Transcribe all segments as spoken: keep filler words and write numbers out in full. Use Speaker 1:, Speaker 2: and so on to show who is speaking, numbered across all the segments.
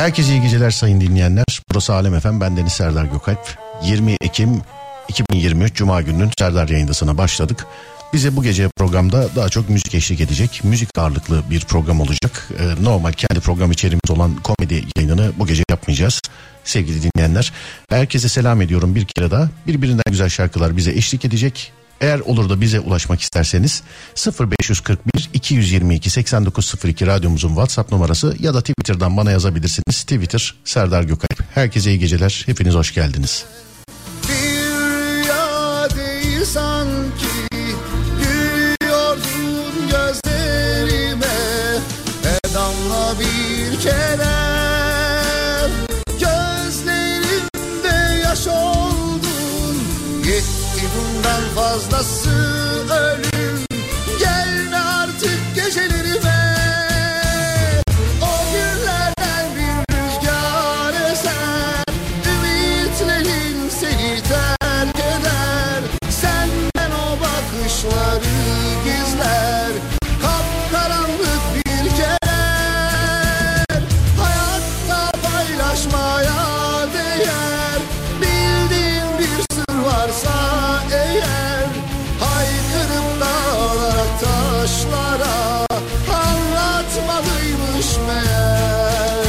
Speaker 1: Herkese iyi geceler sayın dinleyenler. Burası Alem Efem, ben Deniz Serdar Gökalp. yirmi Ekim iki bin yirmi üç Cuma gününün Serdar yayındasına başladık. Bize bu gece programda daha çok müzik eşlik edecek, müzik ağırlıklı bir program olacak. Ee, normal kendi program içeriğimiz olan komedi yayınını bu gece yapmayacağız sevgili dinleyenler. Herkese selam ediyorum bir kere daha. Birbirinden güzel şarkılar bize eşlik edecek. Eğer olur da bize ulaşmak isterseniz sıfır beş kırk bir iki yüz yirmi iki seksen dokuz sıfır iki radyomuzun WhatsApp numarası ya da Twitter'dan bana yazabilirsiniz. Twitter Serdar Gökalp. Herkese iyi geceler. Hepiniz hoş geldiniz.
Speaker 2: Bir rüya değil sanki, gülüyordun gözlerime, her damla bir keder, gözlerimde yaş oldun, yetti bundan fazlası ölüm, gelme artık gecelerime. O günlerden bir rüzgar eser, ümitlerin seni terk eder, senden o bakışları gizler, kapkaranlık bir keder, hayatta paylaşmaya değer, bildiğin bir sır varsa eğer, haykırıp dağlara taşlara, anlatmalıymış meğer.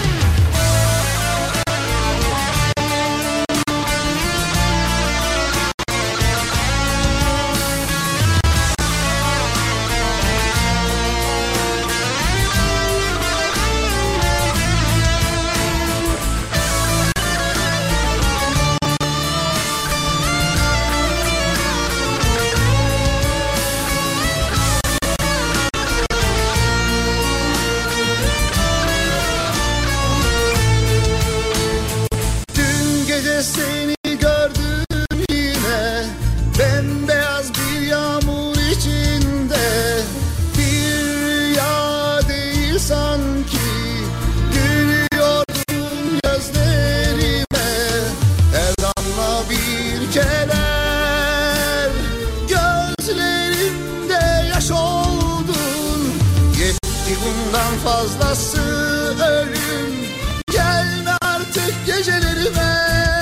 Speaker 2: Dün gece seni gördüm yine, bembeyaz bir yağmur içinde, bir rüya değil sanki, gülüyordun gözlerime, her damla bir keder, gözlerimde yaş oldun, yetti bundan fazlası ölüm, gelme artık gecelerime.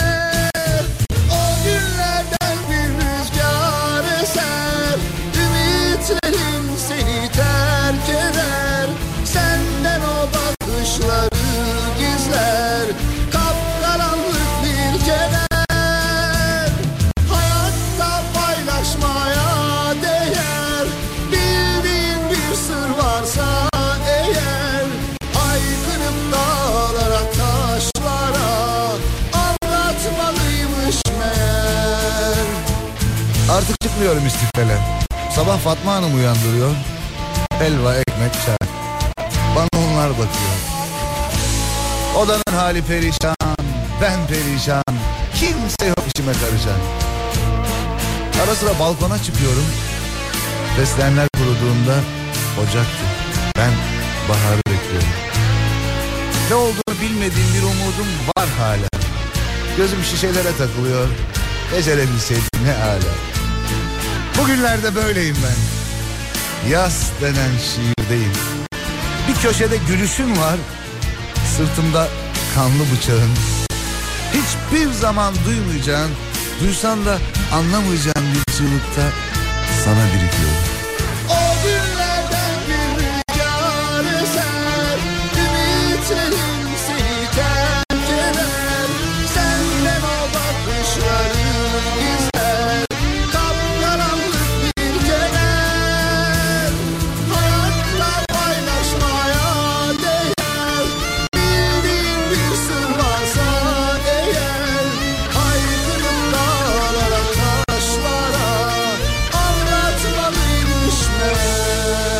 Speaker 2: O günlerden bir rüzgar eser, ümitlerin seni terk eder, senden o bakışları gizler, kapkaranlık bir keder, hayatta paylaşmaya değer, bildiğin bir sır varsa eğer, haykırıp dağlara taşlara, anlatmalıymış meğer. Artık çıkmıyorum istiflere. Sabah Fatma Hanım uyandırıyor, helva, ekmek, çay. Bana onlar bakıyor. Odanın hali perişan, ben perişan, kimse yok işime karışan. Ara sıra balkona çıkıyorum. Fesleğenler kuruduğunda ocaktı. Ben baharı bekliyorum. Ne olduğunu bilmediğim bir umudum var hala. Gözüm şişelere takılıyor. Becerebilseydim ne âlâ. Bugünlerde böyleyim ben. Yas denen şiirdeyim. Bir köşede gülüşün var, sırtımda kanlı bıçağın. Hiçbir zaman duymayacağın, duysan da anlamayacağın bir çığlıkta sana birikiyorum. O günlerden bir rüzgar eser, ümitlerin seni terk eder, senden o bakışları gizler, kapkaranlık bir keder, hayatta paylaşmaya değer, bildiğin bir sır varsa eğer, haykırıp dağlara taşlara, anlatmalıymış meğer.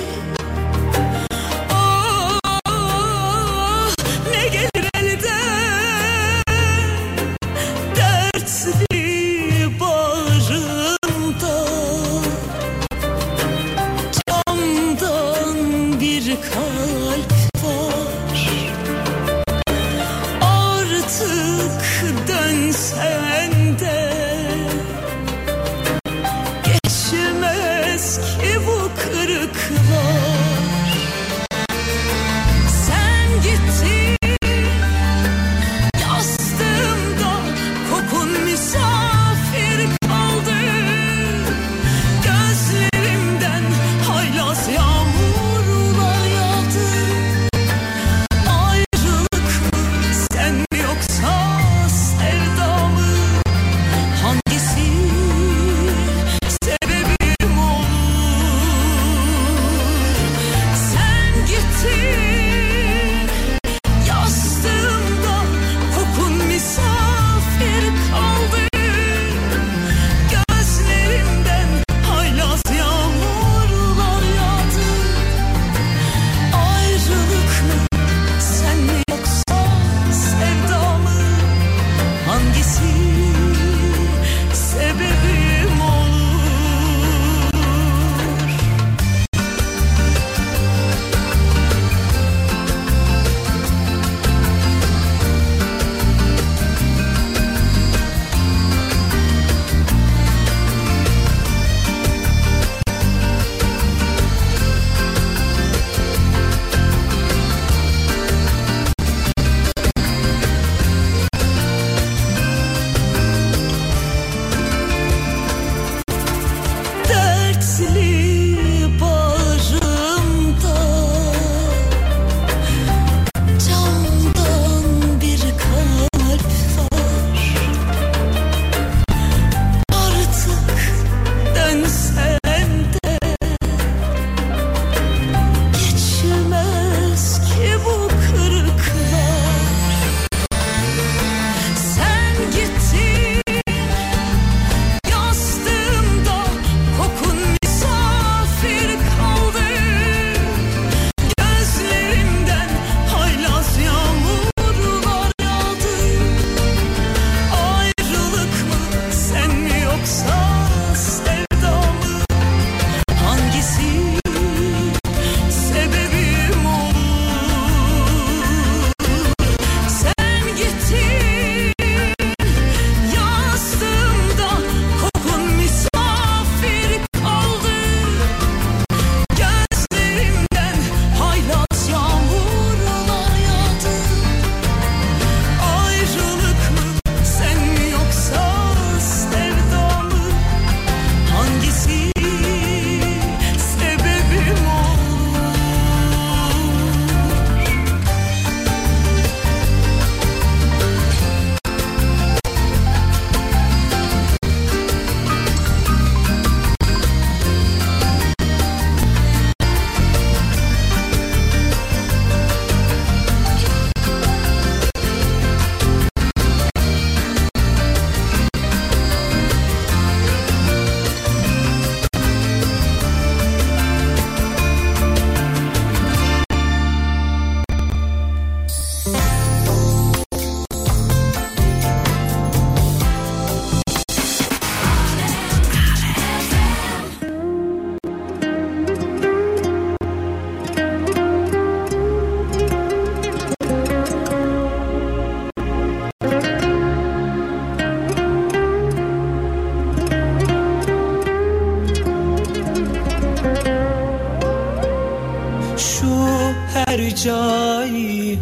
Speaker 3: Hercai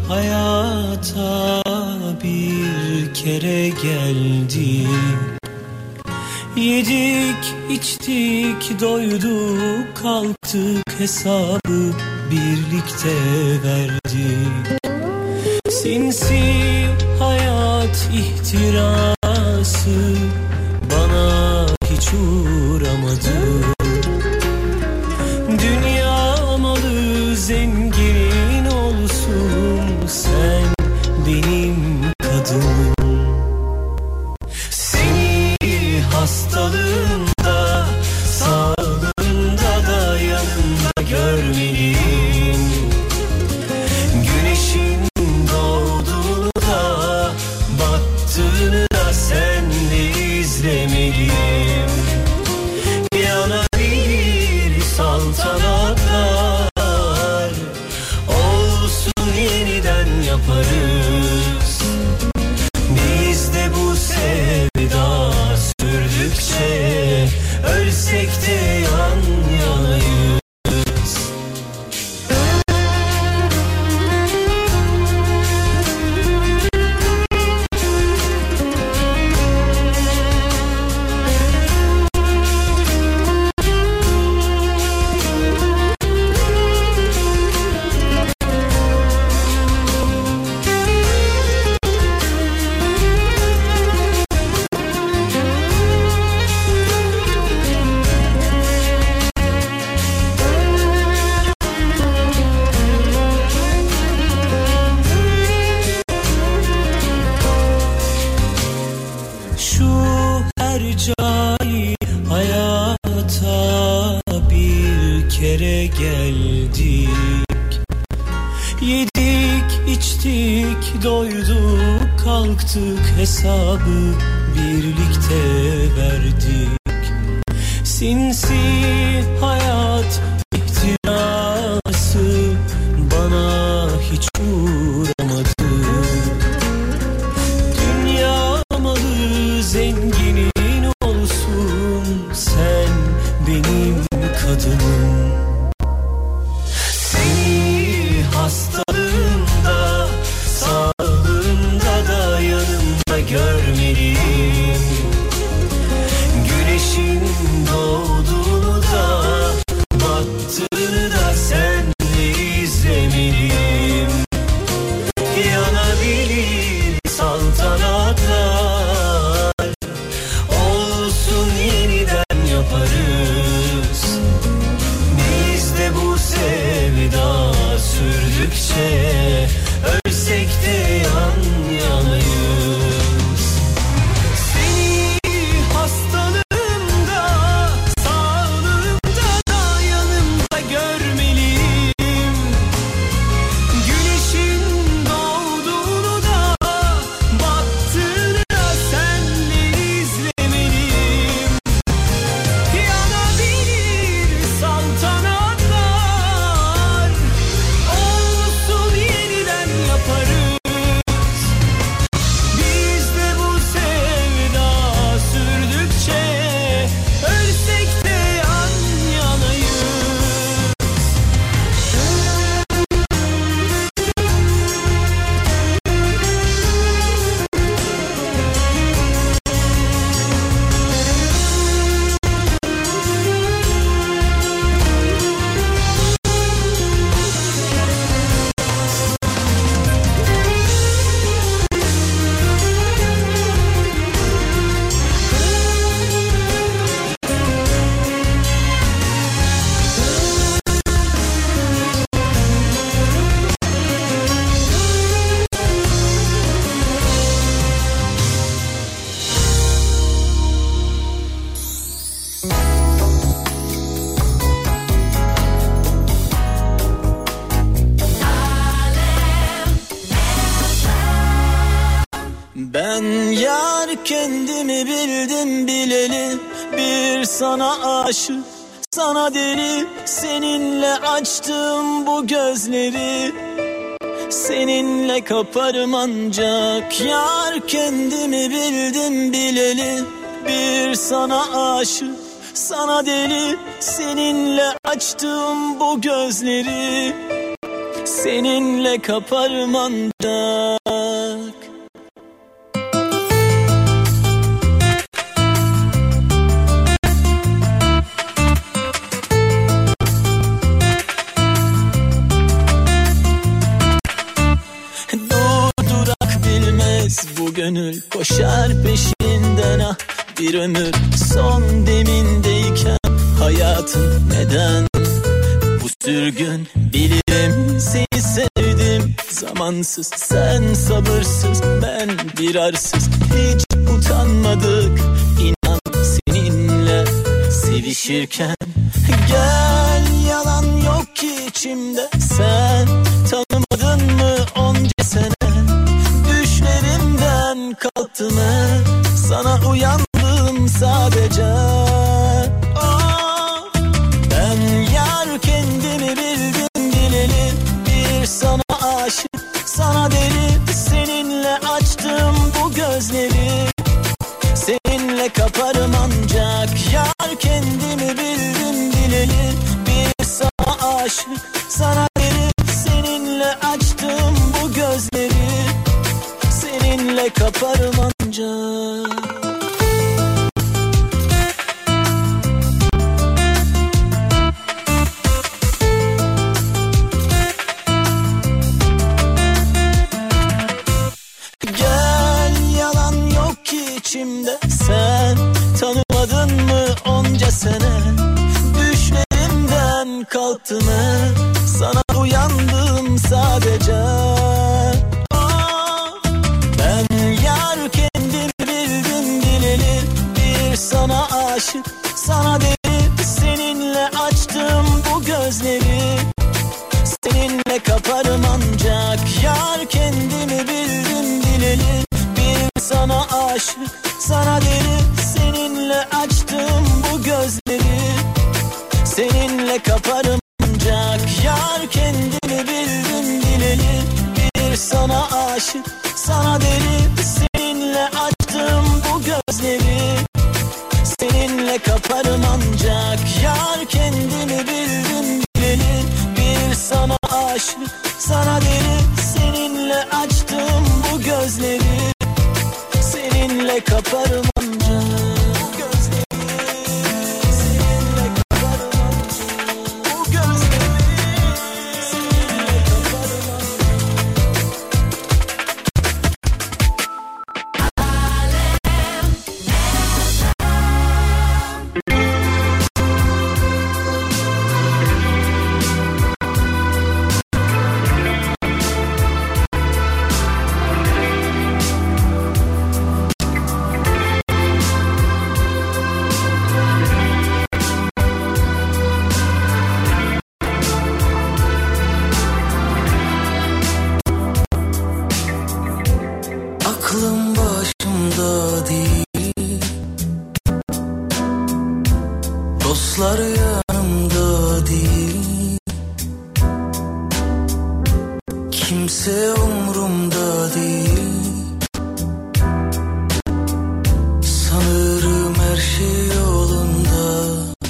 Speaker 3: hayata bir kere geldim. Yedik, içtik, doyduk, kalktık, hesabı birlikte verdik. Sinsi hayat ihtirası bana hiç uğramadı. Dünya malı zengin olsun, sen benim kadınım. Seni hastalığında, sağlığında da yanında görmek görmeliyim. Güneşin doğduğunu da battığını da senle izlemeliyim. Yanabilir saltanatlar, olsun yeniden yaparız. Biz de bu sevda sürdükçe ölsek de yan yanayız. Cari hayata bir kere geldik. Yedik, içtik, doyduk, kalktık, hesabı birlikte verdik. Sinsi hayat ihtirası bana hiç uğramadı. Dünya malı zengini sen benim kadınım. Seni hastalığında, sağlığında da yanımda görmeliyim. Güneşin doğduğunu da battığını da senle izlemeliyim. Yanabilir saltanatlar, olsun yeniden yaparız. Biz de bu sevda sürdükçe ölsek de yan yanayız. Seni hastalığımda, sağlığımda da yanımda görmeliyim. Güneşin doğduğunu da battığını da senle izlemeliyim. Yanabilir saltanatlar, olsun yeniden yaparız. Biz de bu sevda sürdükçe ölsek de yan yanayız. Ben yar kendimi bildim bileli, bir sana aşık, sana deli. Seninle açtım bu gözleri, seninle kaparım ancak. Yar kendimi bildim bileli, bir sana aşık, sana deli. Seninle açtım bu gözleri, seninle kaparım ancak. Bu gönül koşar peşinden, ah bir ömür son demindeyken hayatım neden bu sürgün? Bilirim seni sevdim zamansız, sen sabırsız, ben bir arsız. Hiç utanmadık inan seninle sevişirken. Gel yalan yok ki içimde. Sen tanımadın mı onca sene? Düşlerimden kalktım hep, sana uyandım sadece. Oh, ben yar kendimi bildim bileli, bir sana aşık, sana deli. Seninle açtım bu gözleri, seninle kaparım ancak. Yar kendimi bildim bileli, bir sana aşık, sana deli. Seninle açtım bu gözleri, seninle kaparım ancak. Gel, yalan yok ki içimde. Sen tanımadın mı onca sene? Düşlerimden kalktım hep, sana uyandım sadece. Oh, ben yar kendimi bildim bileli, bir sana aşık, sana deli. Seninle açtım bu gözleri, seninle kaparım ancak. Yar kendimi bildim bileli, bir sana aşık, sana deli. Seninle açtım bu gözleri, seninle kaparım ancak. Yar kendimi bildim bileli, bir sana aşık, sana deli. Seninle açtım bu gözleri, seninle kaparım ancak. Yar kendimi bildim bileli, bir sana aşık, sana deli. Seninle açtım bu gözleri, seninle kaparım ancak. Bu gözleri, seninle kaparım ancak. Bu gözleri, seninle kaparım
Speaker 4: Aklım başımda değil, dostlar yanımda değil, kimse umrumda değil. Sanırım her şey yolunda,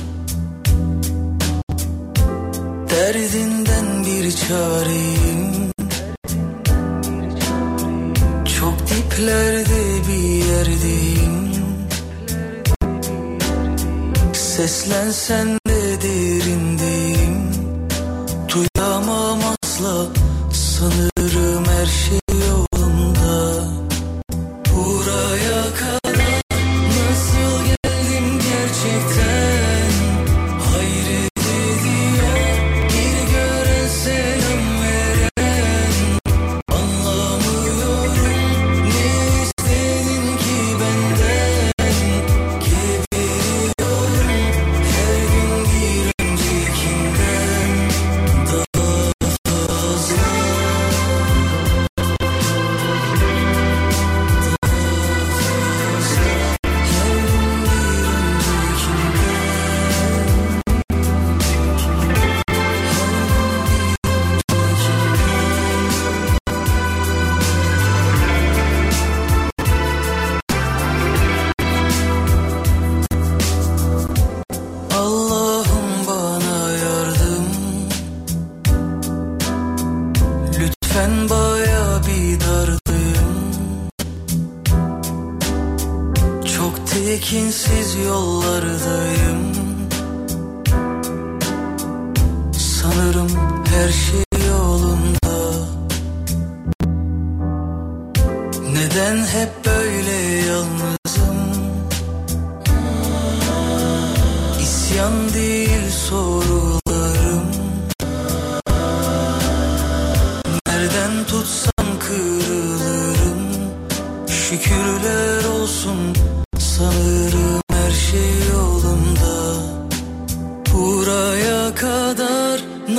Speaker 4: derdinden bir çareyim. Çok diplerde bir yerdeyim, seslensen de derindeyim. Duyamam asla, sanırım her şey yolunda. Buraya kadar nasıl geldim gerçekten, hayret ediyor bir gören, selam veren. Anlamıyorum ne istedin ki benden, geberiyorum her gün bir öncekinden daha fazla. Allah'ım bana yardım, lütfen baya bir dardayım. Çok tekinsiz yollardayım, sanırım her şey yolunda. Neden hep böyle yalnızım? İsyan değil sorularım, nereden tutsam kırılırım. Şükürler olsun, sanırım her şey yolunda. Buraya kadar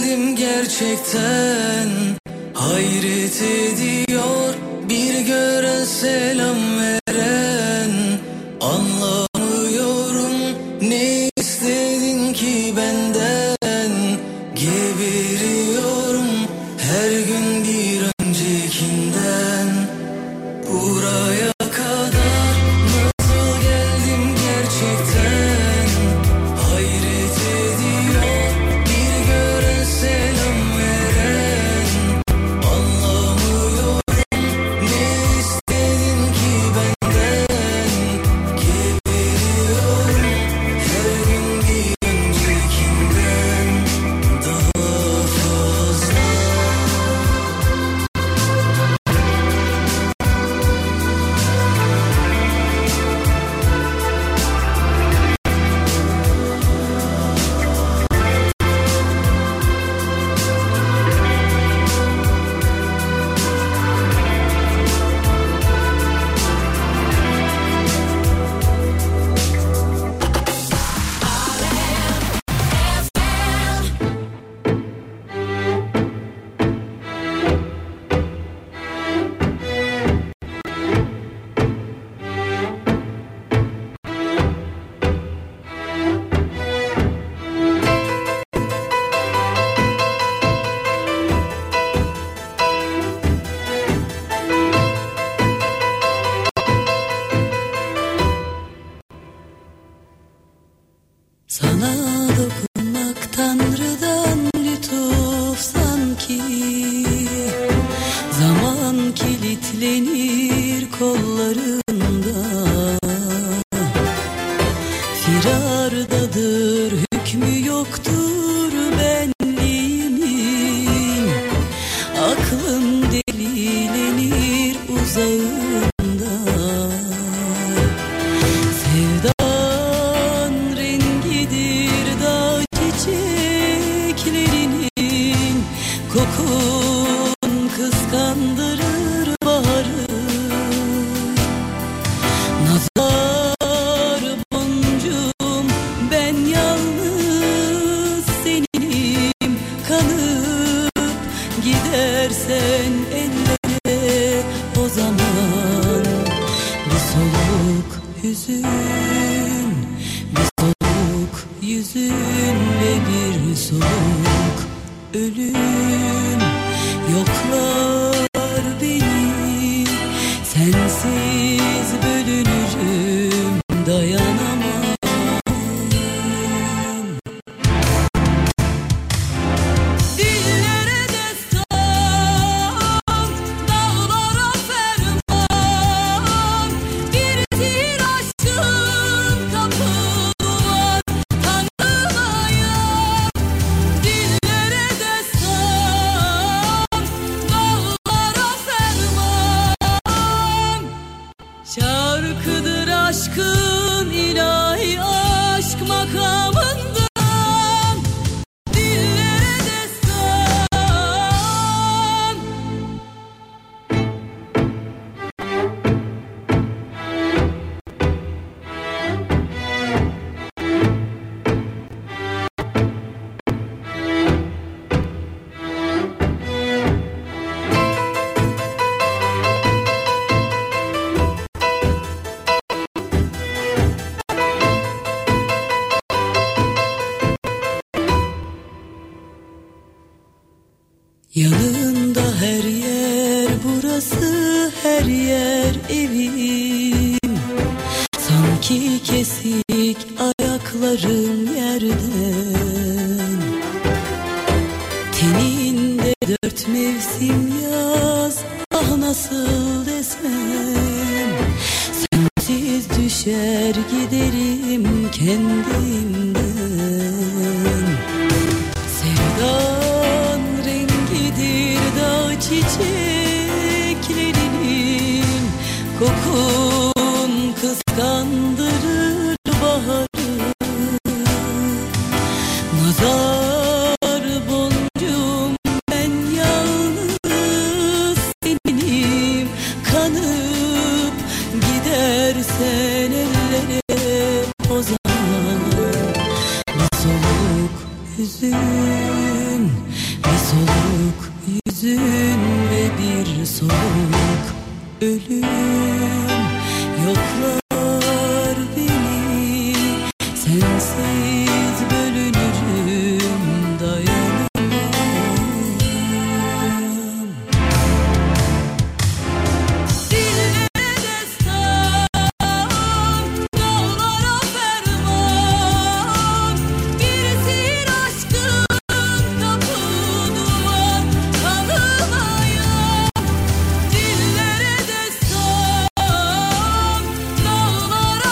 Speaker 4: geldim gerçekten. Hayret ediyor bir gören selam veren. Anlamıyorum ne istedin ki benden. Geberiyorum her gün bir öncekinden. Buraya kadar nasıl geldim gerçekten. Hayret ediyor bir gören selam veren. Anlamıyorum ne istedin ki benden. Geberiyorum her gün bir öncekinden daha fazla. Sana dokunmak Tanrı'dan lütuf sanki. Zaman kilitlenir kollarında. Firardadır, hükmü yoktur benliğimin. Aklım delilenir uzağında. Sevdan rengidir dağ çiçeklerinin. Kokun kıskandırır baharı. Nazar boncuğum ben yalnız seninim. Kanıp gidersen ellere o zaman. Bir soluk hüzün, bir soluk yüzün ve bir soluk ölüm yoklar beni. Sensiz bölünürüm, dayanamam. Dillere destan, dağlara ferman. Bir tir aşkın kapı var tanımayan. Dillere destan, dağlara ferman. Şarkıdır aşkın ilahi aşk makamından. Dillere destan. Yanında her yer burası, her yer evim. Sanki kesik ayaklarım yerden. Teninde dört mevsim yaz, ah nasıl desem. Sensiz düşer giderim kendimden. Sevdan rengidir dağ çiçeklerinin. Kokun kıskandırır baharı. Nazar boncuğum ben yalnız seninim. Kanıp gidersen ellere hüzün ve bir soğuk ölüm yoklar beni, sensiz bölünürüm, dayanamam. Dillere destan, dağlara ferman, bir esir aşkın kapını var tanımayan. Dillere destan, dağlara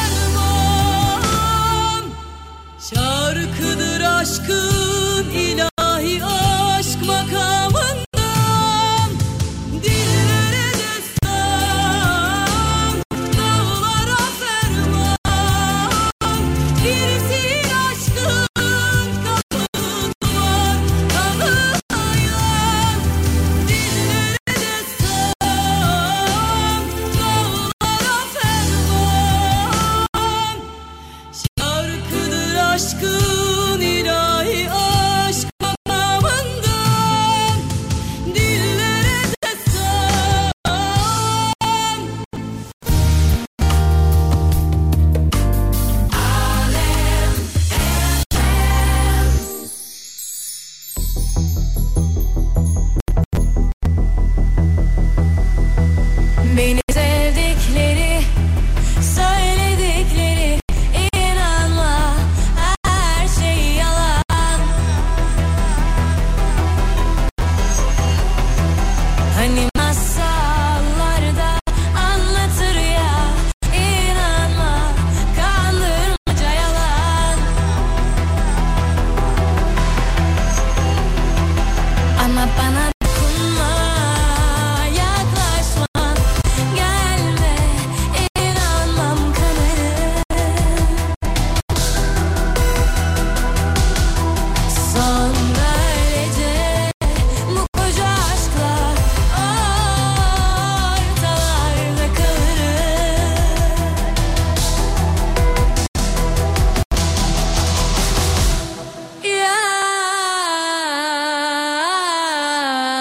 Speaker 4: ferman, şarkıdır aşkın ilahi aşk makamından. Dillere destan, dağlara ferman, bir esir aşkın kapını var tanımayan. Dillere destan, dağlara ferman, şarkıdır aşkın ilahi aşk makamından. Dillere destan. Beni sevdikleri, söyledikleri, inanma, her şey yalan. Hani masallarda anlatır ya, inanma, kandırmaca yalan. Ama bana dokunma, yaklaşma, gelme, inanmam kanırım. Sonra öylece bu koca aşkla ortalarda kalırım.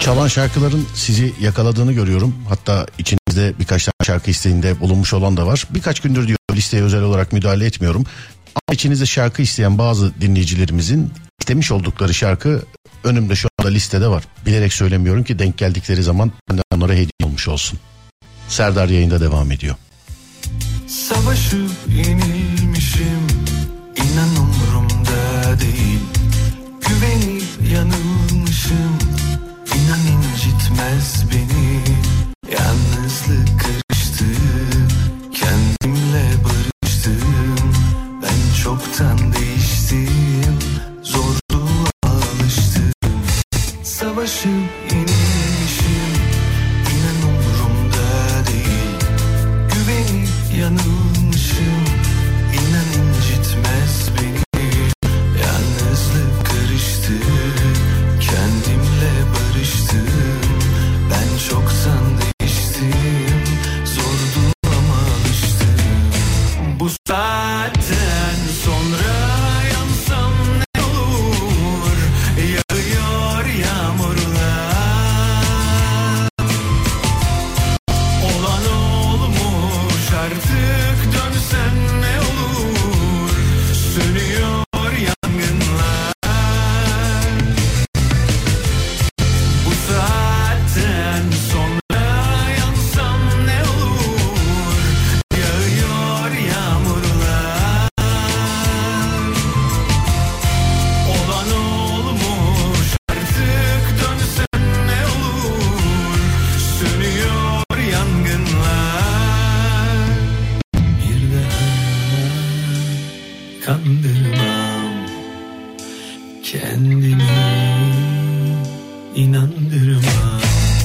Speaker 1: çalan şarkıların sizi yakaladığını görüyorum. Hatta içinizde birkaç tane şarkı isteğinde bulunmuş olan da var. Birkaç gündür diyor listeye özel olarak müdahale etmiyorum. Ama içinizde şarkı isteyen bazı dinleyicilerimizin istemiş oldukları şarkı önümde şu anda listede var. Bilerek söylemiyorum ki denk geldikleri zaman benden onlara hediye olmuş olsun. Serdar yayında devam ediyor.
Speaker 5: Savaşıp yenilmişim, inan umurumda değil. Güvenip yanılmışım, inan incitmez beni. Yalnızlık karıştı, kendimle barıştım. Ben çoktan değiştim, zorluğa alıştım. Savaşıp yenilmişim, inan umurumda değil. Güvenip yanılmışım, inan incitmez beni. Yalnızlık karıştı, kendimle barıştım. Ben çoktan değiştim, zordu ama alıştım. Bu saatten sonra yansam ne olur? Yağıyor yağmurlar. Olan olmuş, artık dönsen ne olur? Sönüyor yangınlar. Bu saatten sonra yansam ne olur? Yağıyor yağmurlar. Olan olmuş, artık dönsen ne olur? Sönüyor yangınlar. Bir daha kandırmam kendimi, inandırmam.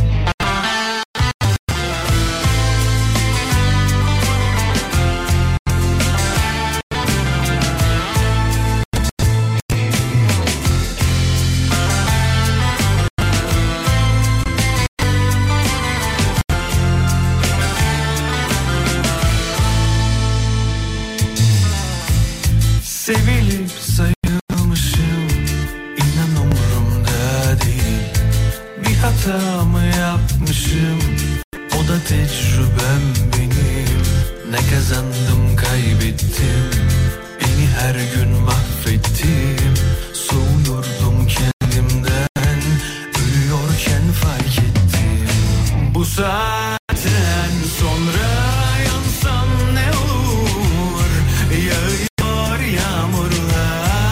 Speaker 5: Sevilip sayılmışım, inan umurumda değil. Bir hata mı yapmışım, o da tecrübem benim. Ne kazandım kaybettim, beni her gün mahvettim. Soğuyordum kendimden, ölüyorken fark ettim. Bu saatten sonra yansam ne olur? Yağıyor yağmurlar.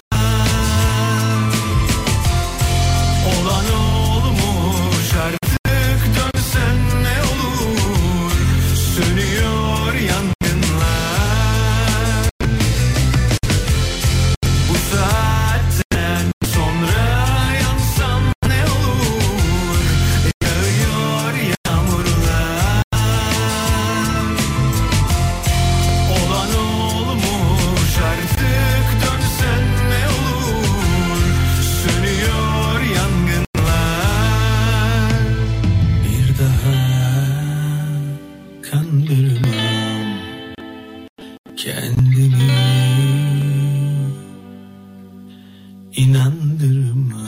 Speaker 5: Olan olmuş, artık dönsen ne olur? Sönüyor yangınlar. Bu saatten sonra yansam ne olur? Yağıyor yağmurlar. Olan olmuş, artık dönsen ne olur? Sönüyor yangınlar. Bir daha kandırmam kendimi, inandırmam.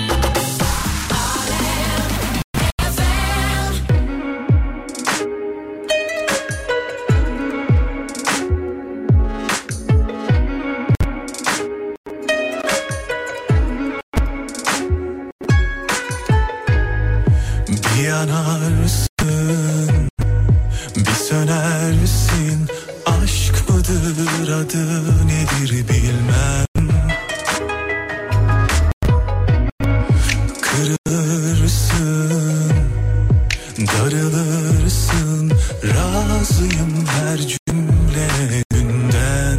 Speaker 5: Bir yanarsın, bir sönersin. Aşk mıdır, adı nedir bilmem. Kırılırsın, darılırsın. Razıyım her cümlenden.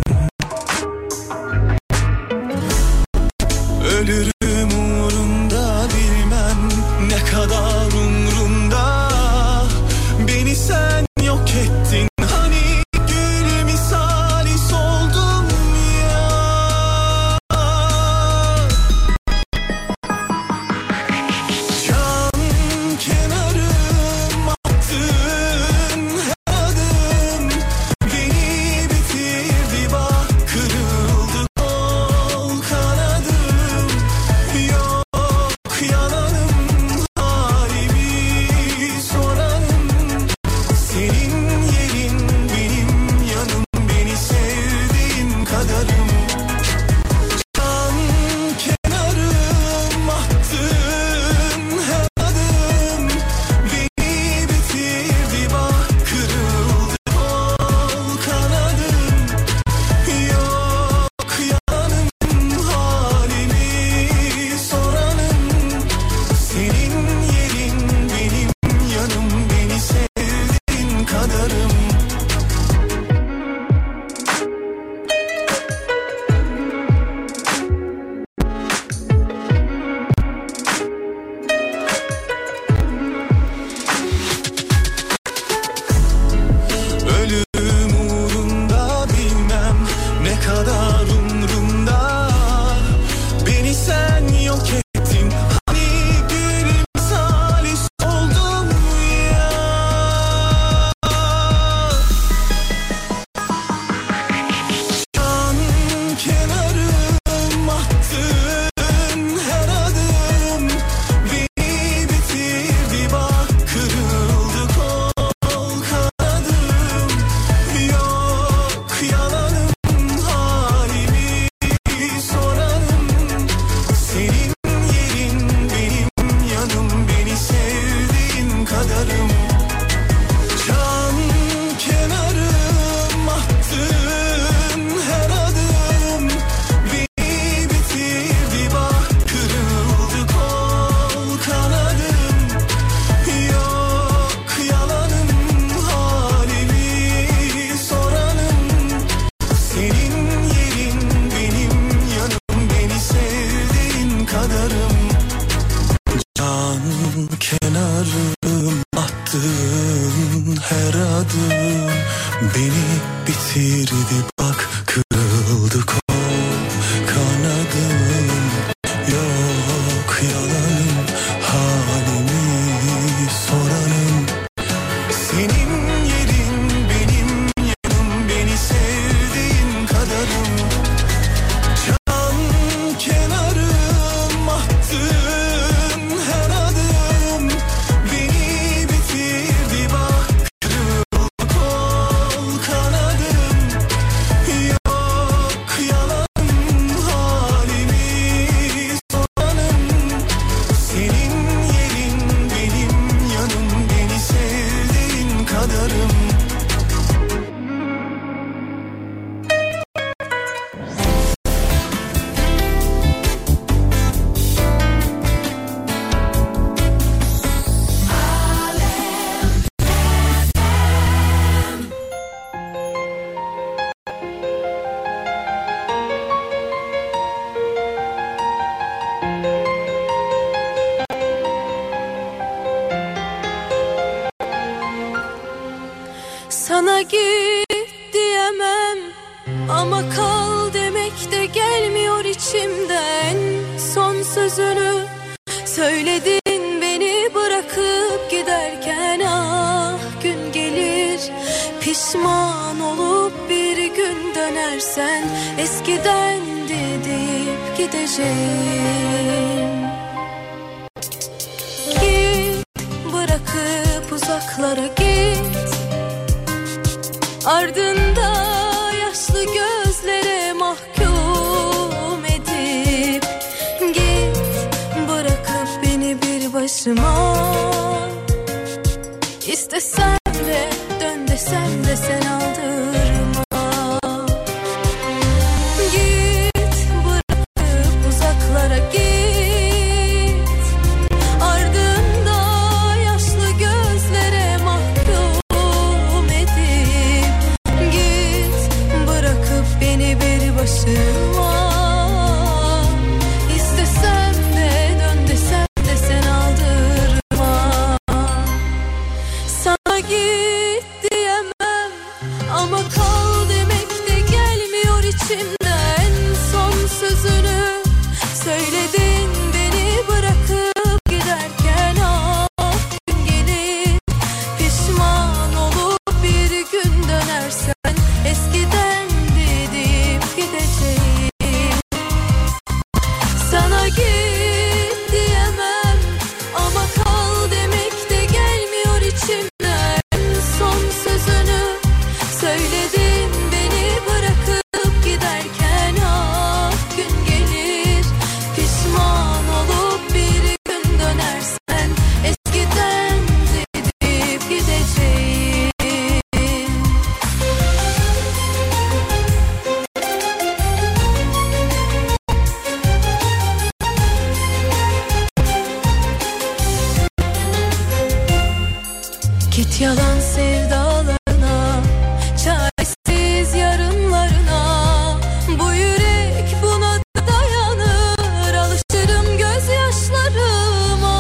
Speaker 5: Ölürüm umurumda, bilmem ne kadar umrumda. Beni sen yok ettin, hani gül misali soldum ya. beni bitirdi bak, kırıldı kol kanadım. Yok yalanım, halimi soranım. Senin yerin benim yanım, beni sevdiğin kadarım. Can kenarım, attığın her adım beni bitirdi bak, kırıldı kol kanadım. Yok yalanım, halimi soranım. Senin yerin benim yanım, beni sevdiğin kadarım.
Speaker 4: Sana git diyemem ama kal demek de gelmiyor içimden. Son sözünü söyledin beni bırakıp giderken, ah gün gelir pişman olup bir gün dönersen, eskiden deyip gideceğim. Git bırakıp uzaklara git, ardında yaşlı gözlere mahkum edip git, bırakıp beni bir başıma. İstesem de dön desem de sen aldırma. Git bırakıp uzaklara git, ardında yaşlı gözlere mahkum edip git, bırakıp beni bir başıma. İstesem de dön desem de sen aldırma. Sana git diyemem ama kal demek de gelmiyor içimden. Son sözünü söyledin beni bırakıp giderken, ah gün gelir pişman olup bir gün dönersen, eskiden deyip gideceğim. Sana git diyemem ama kal demek de gelmiyor içimden. Son sözünü söyledin beni bırakıp giderken, ah gün gelir pişman olup bir gün dönersen, eskiden deyip gideceğim. Git yalan sevdalarına, çaresiz yarınlarına. Bu yürek buna dayanır, alışırım gözyaşlarıma.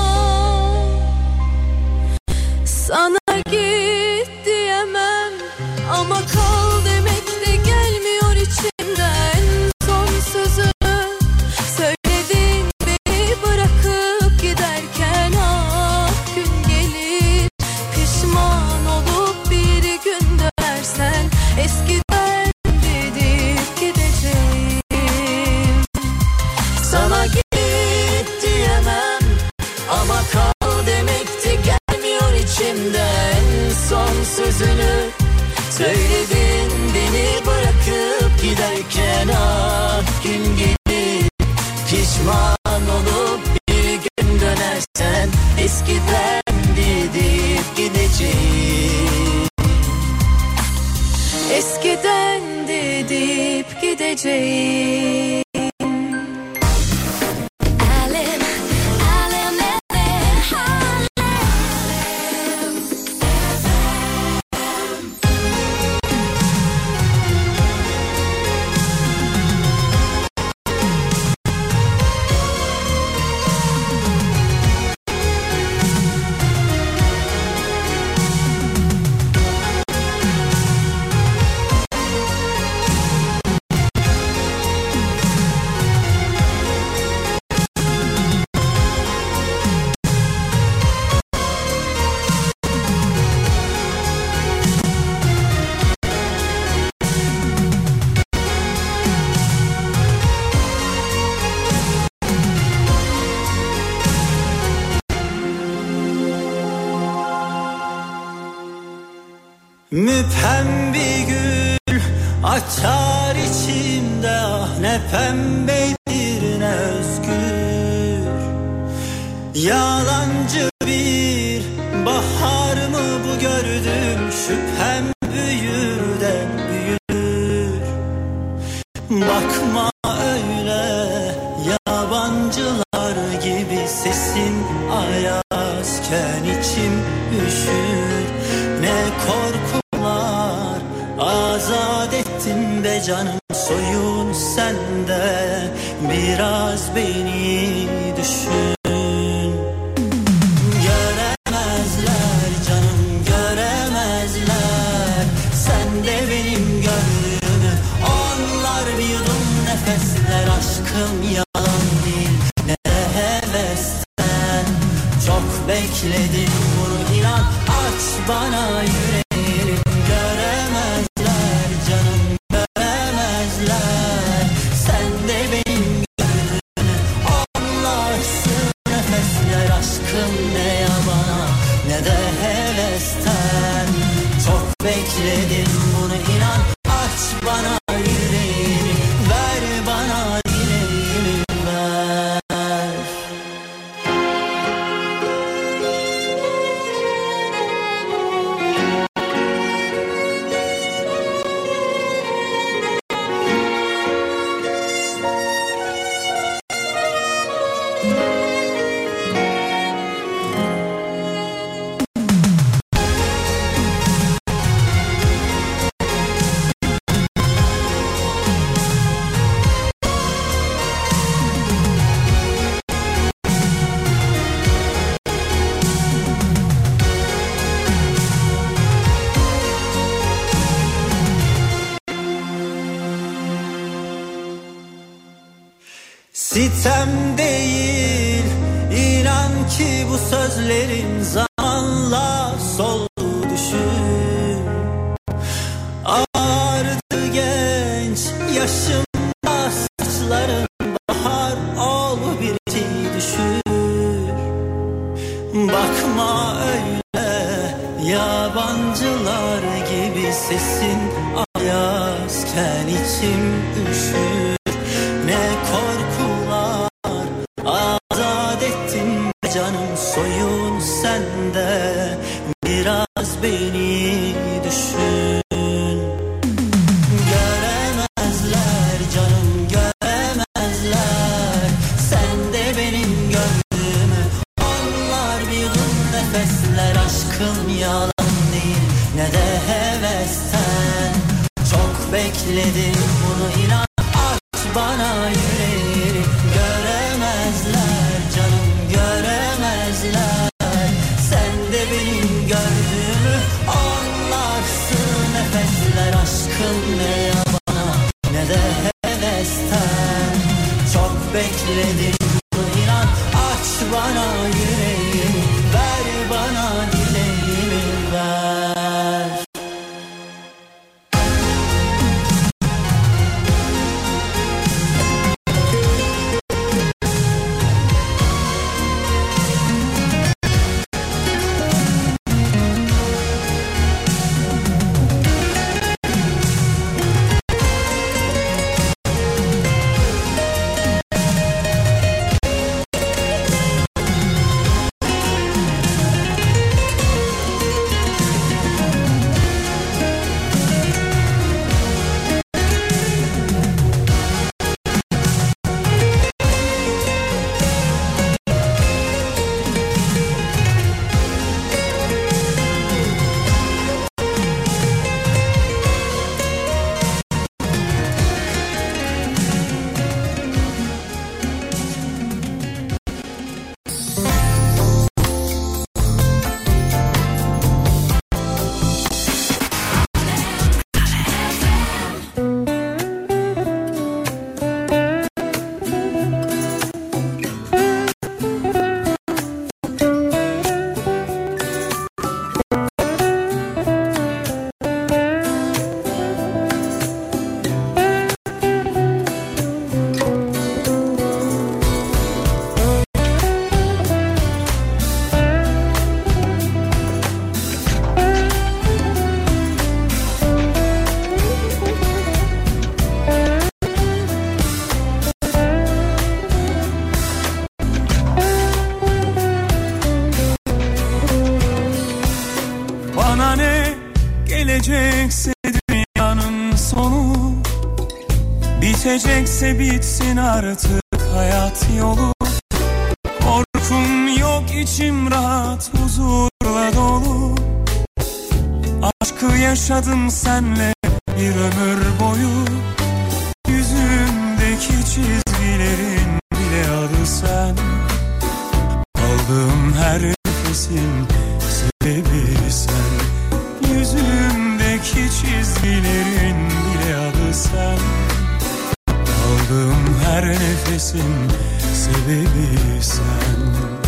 Speaker 4: Sana git diyemem ama kal demek de gelmiyor içimden. Son sözünü söyledin beni bırakıp giderken, ah gün gelir pişman olup bir gün dönersen, eskiden deyip gideceğim. Sana git diyemem ama kal demek de gelmiyor içimden. Son sözünü söyledin beni bırakıp giderken, ah gün gelir pişman olup bir gün dönersen, eskiden deyip gideceğim. Eskiden deyip gideceğim. Alem, alem, alem,
Speaker 3: Müphem bir gül açar içimde, ah ne pembedir ne özgür. Yalancı bir bahar mı bu gördüm, şüphem büyür de büyür. Bakma öyle yabancılar gibi, sesin ayazken içim üşür. Ne korkular azat ettin be canım, soyun sende, biraz beni düşün. Göremezler canım göremezler, sen de benim gördüğümü. Onlar bir yudum nefesler, aşkım yalan değil ne hevesten. Çok bekledim bunu inan, aç bana yüreğini. Göremezler canım göremezler, sen de benim gördüğümü. Onlarsın nefesler, aşkım ne yabana ne de hevesten. Çok bekledim bunu inan, aç bana yüreğini. Ver bana dileğimi ver. Sitem değil, inan ki bu sözlerin zamanla soldu düşün. Ağardı genç yaşımda saçların, bahar ol bir şey düşür. Bakma öyle yabancılar gibi, sesin ayazken içim üşür. Ne korkular azat ettin canım, soyun sende, biraz beni düşün. Göremezler canım göremezler, sen de benim gördüğümü. Onlar bir yudum nefesler, aşkım yalan değil ne de hevesten. Çok bekledim bunu inan, bana yüreğini. Göremezler canım göremezler, sen de benim gördüğümü. Onlarsın nefesler, aşkım ne yabana ne de hevesten. Çok bekledim bunu inan, aç bana yüreğini. Ver bana dileğimi ver.
Speaker 5: Bitecekse bitsin artık hayat yolu. Korkum yok, içim rahat, huzurla dolu. Aşkı yaşadım senle bir ömür boyu. Yüzümdeki çizgilerin bile adı sen. Aldığım her nefesin sebebi sen. Yüzümdeki çizgilerin bile adı sen. Aldığım her nefesin sebebi sen.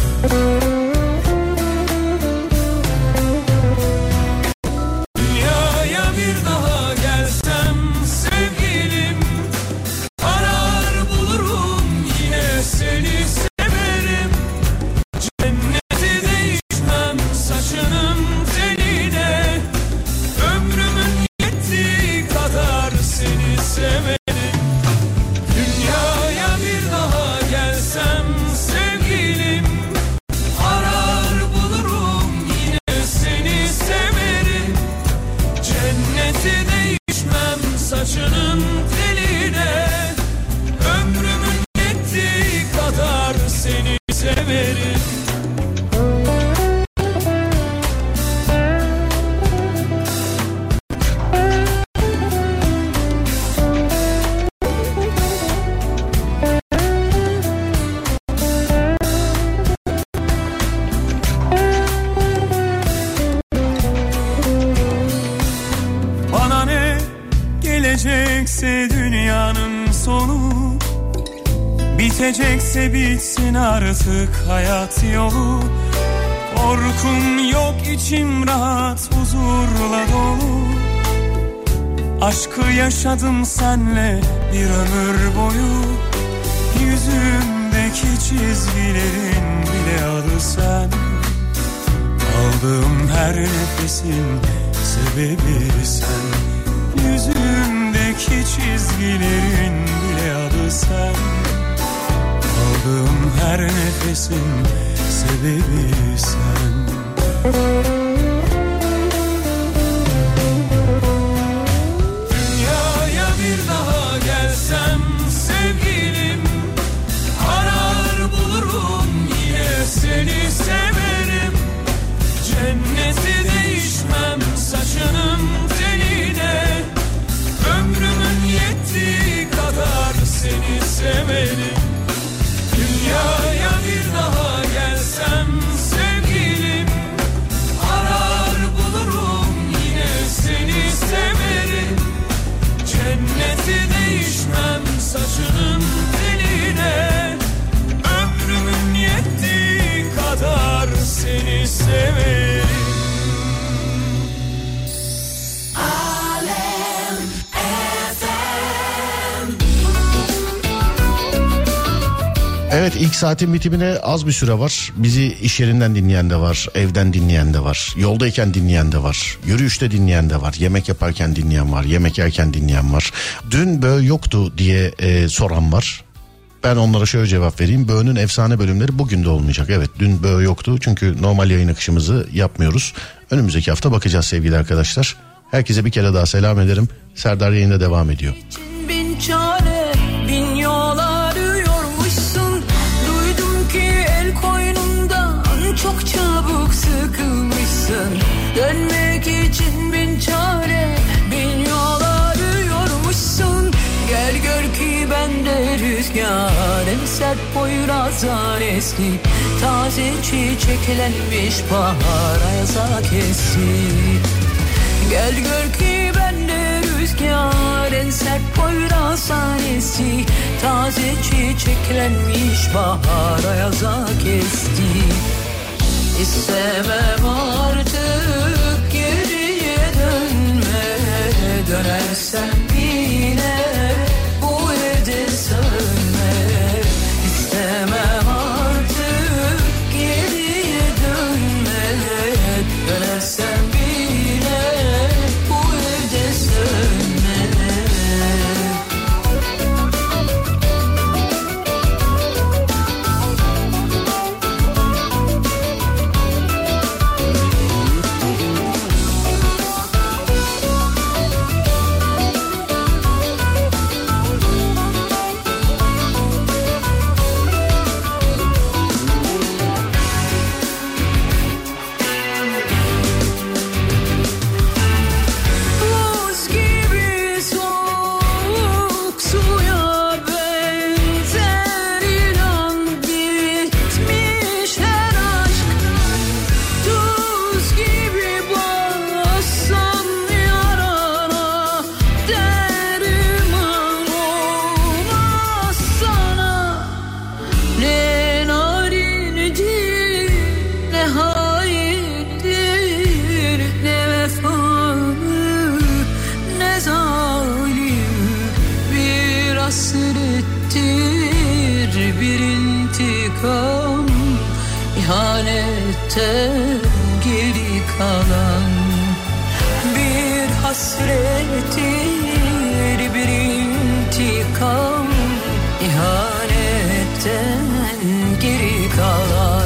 Speaker 5: Dünyaya bir daha gelsem sevgilim, arar bulurum yine seni severim. Cenneti değişmem saçının teline, ömrümün yettiği kadar seni severim. Dünyaya bir daha gelsem sevgilim, arar bulurum yine seni severim. Cenneti değişmem saçının teline, ömrümün yettiği kadar seni severim. Bana ne gelecekse dünyanın sonu, bitecekse bitsin artık hayat yolu. Korkum yok, içim rahat, huzurla dolu. Aşkı yaşadım senle bir ömür boyu. Yüzümdeki çizgilerin bile adı sen. Aldığım her nefesin sebebi sen. Yüzümdeki çizgilerin bile adı sen. Aldığım her nefesin sebebi sen. Dünyaya bir daha gelsem sevgilim, arar bulurum yine seni severim. Cenneti değişmem saçının teline, ömrümün yettiği kadar seni severim. Dünyaya bir daha gelsem sevgilim, arar bulurum yine seni severim. Cenneti değişmem saçının teline, ömrümün yettiği kadar seni severim.
Speaker 1: Evet, ilk saatin bitimine az bir süre var. Bizi iş yerinden dinleyen de var, evden dinleyen de var, yoldayken dinleyen de var, yürüyüşte dinleyen de var, yemek yaparken dinleyen var, yemek yerken dinleyen var. Dün böyle yoktu diye e, soran var. Ben onlara şöyle cevap vereyim. Böğünün efsane bölümleri bugün de olmayacak. Evet, dün Böğü yoktu çünkü normal yayın akışımızı yapmıyoruz. Önümüzdeki hafta bakacağız sevgili arkadaşlar. Herkese bir kere daha selam ederim. Serdar yayında devam ediyor.
Speaker 4: Bin çare, bin yol arıyormuşsun. Duydum ki el koynundan çok çabuk sıkılmışsın. Dönmek için bin çare, bin yol arıyormuşsun. Gel gör ki bende rüzgar, en sert Poyraz'dan esti. Taze çiçeklenmiş bahar ayaza kesti. Gel gör ki bende rüzgar, en sert Poyraz'dan esti. Taze çiçeklenmiş bahar ayaza kesti. İstemem artık geriye dönme, dönersen yine bu evde sönme. İstemem artık geriye dönme, dönersen yine bu evde sönme.
Speaker 6: bir intikam, ihanetten geri kalan bir hasrettir, bir intikam, ihanetten geri kalan.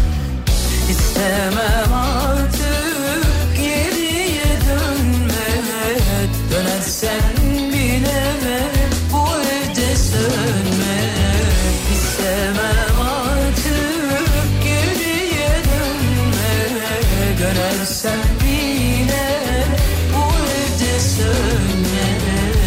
Speaker 6: İstemem artık geriye dönmek, dönersen bile bu evde sönmek. İstemem artık geriye dönmek, dönersen bile bu evde sönmek.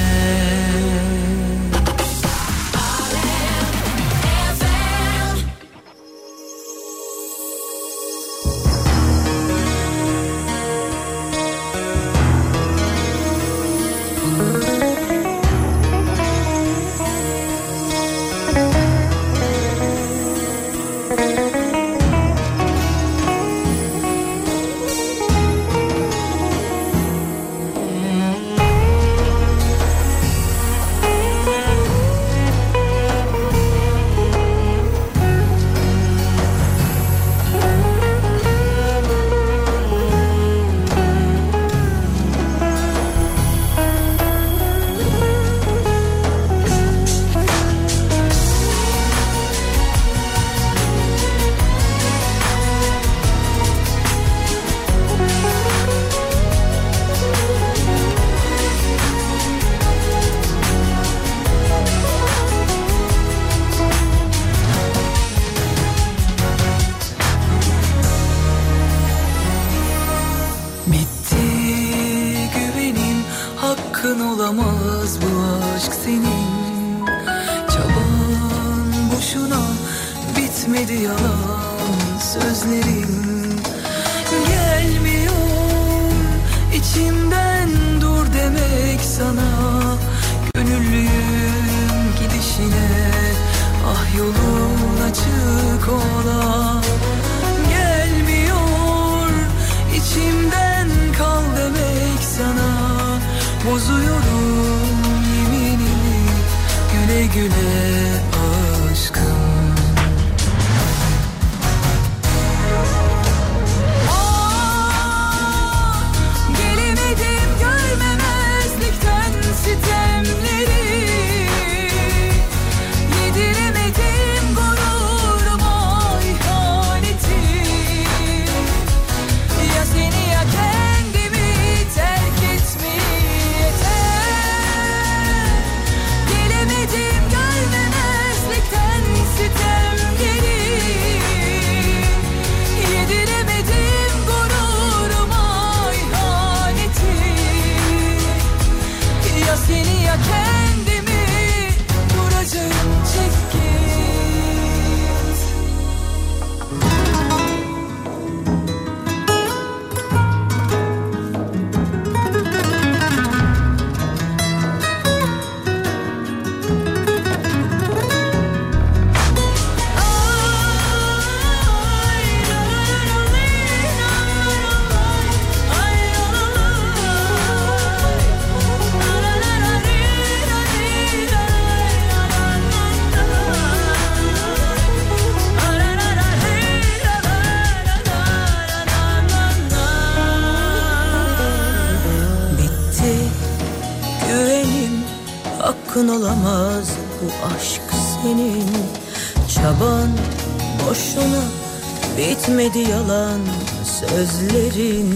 Speaker 6: Olamaz bu aşk senin, çaban boşuna bitmedi, yalan sözlerin gelmiyor içimden dur demek sana. Gönüllüyüm gidişine, ah yolun açık ola. Gelmiyor içimden kal demek sana. Bozuyorum yeminimi güle güle aşkım. Ah, gelemedim görmemezlikten sitemleri, yediremedim gururuma ihaneti. Ya seni ya kendimi terk etmeyi. Gelemedim görmemezlikten sitemleri, yediremedim gururuma ihaneti. Ya seni ya kendimi, duracağım çek git. Hakkın olamaz bu aşk senin, çaban boşuna bitmedi, yalan sözlerin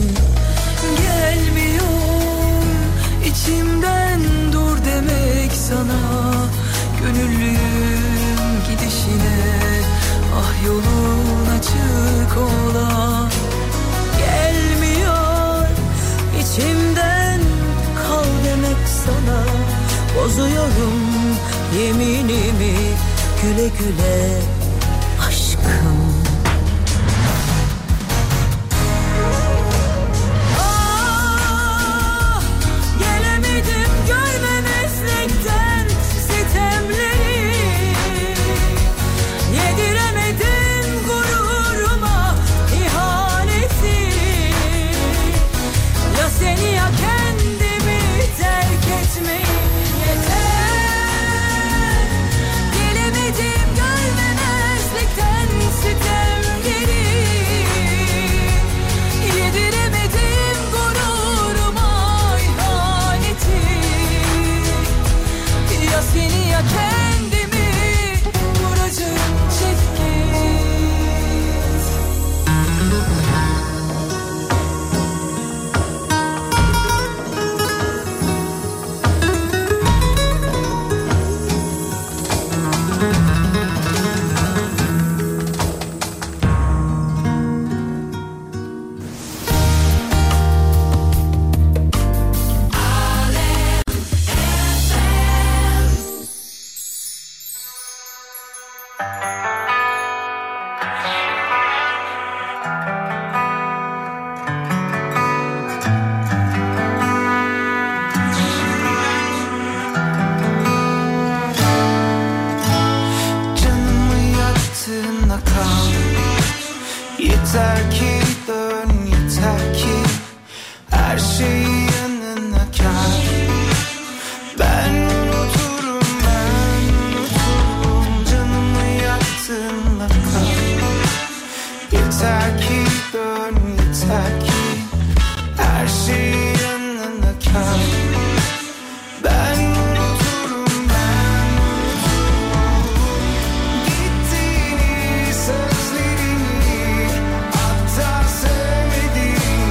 Speaker 6: gelmiyor içimden dur demek sana. Gönüllüyüm gidişine, ah yolun açık ola. Gelmiyor içimden kal demek sana. Bozuyorum yeminimi güle güle aşkım. Ah, gelemedim görmemezlikten sitemleri, yediremedim gururuma ihaneti. Ya seni ya kendimi terk etmeyi yeter.
Speaker 7: Yeter ki dön, yeter ki her şeyi yanına kar. Ben unuturum, ben unuturum, canımı yaktığında kal. Yeter ki dön, yeter ki her şeyi yanına kal. Ben unuturum, ben unuturum gittiğini, sözlerini, hatta sevmediğini.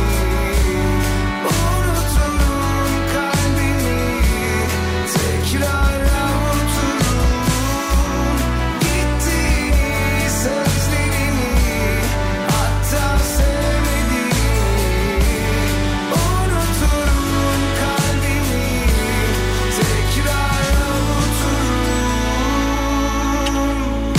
Speaker 7: Unuturum kalbini, tekrar avuturum gittiğini, sözlerini, hatta sevmediğini. Unuturum kalbini, tekrar avuturum.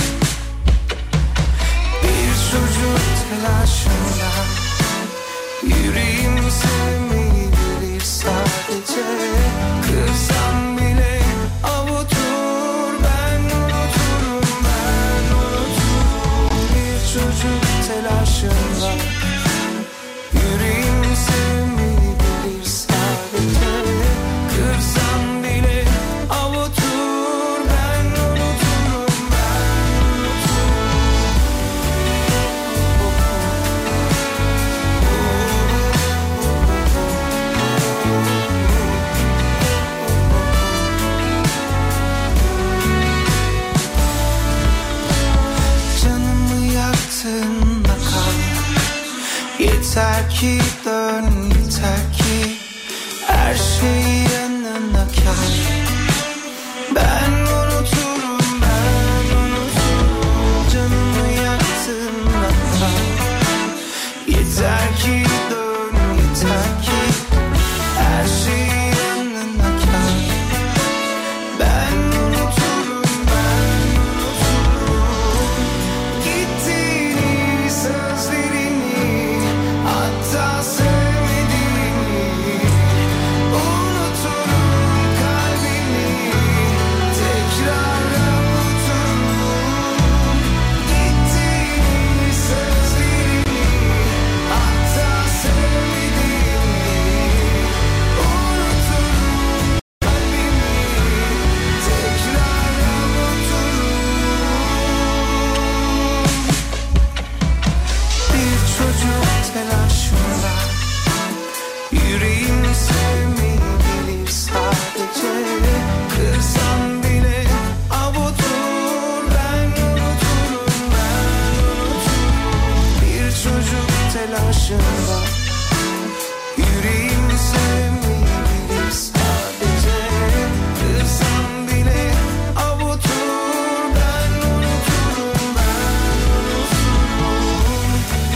Speaker 7: Bir çocuk telaşında yüreğim sevmeyi bilir sadece. Kırsam bile avutur, ben unuturum, ben unuturum. Bir çocuk telaşında yüreğim sevmeyi bilir sadece. Kırsam bile avutur, ben unuturum, ben canımı yaktığında kal. Yeter ki dön, yeter ki her şeyi yanına kal. Ben unuturum, ben unuturum, canımı yaktığında kal. Yeter ki dön, yeter ki her şeyi yanına kal. Ben unuturum, ben unuturum gittiğini, sözlerini, hatta sevmediğini. Unuturum kalbini, tekrar avuturum gittiğini, sözlerini, hatta sevmediğini. Unuturum kalbini, tekrar avuturum. Bir çocuk telaşında yüreğim sevmeyi bilir sadece. Kırsam bile avutur, ben unuturum, ben unuturum. Bir çocuk telaşında yüreğim sevmeyi bilir sadece. Kırsam bile avutur, ben unuturum, ben unuturum.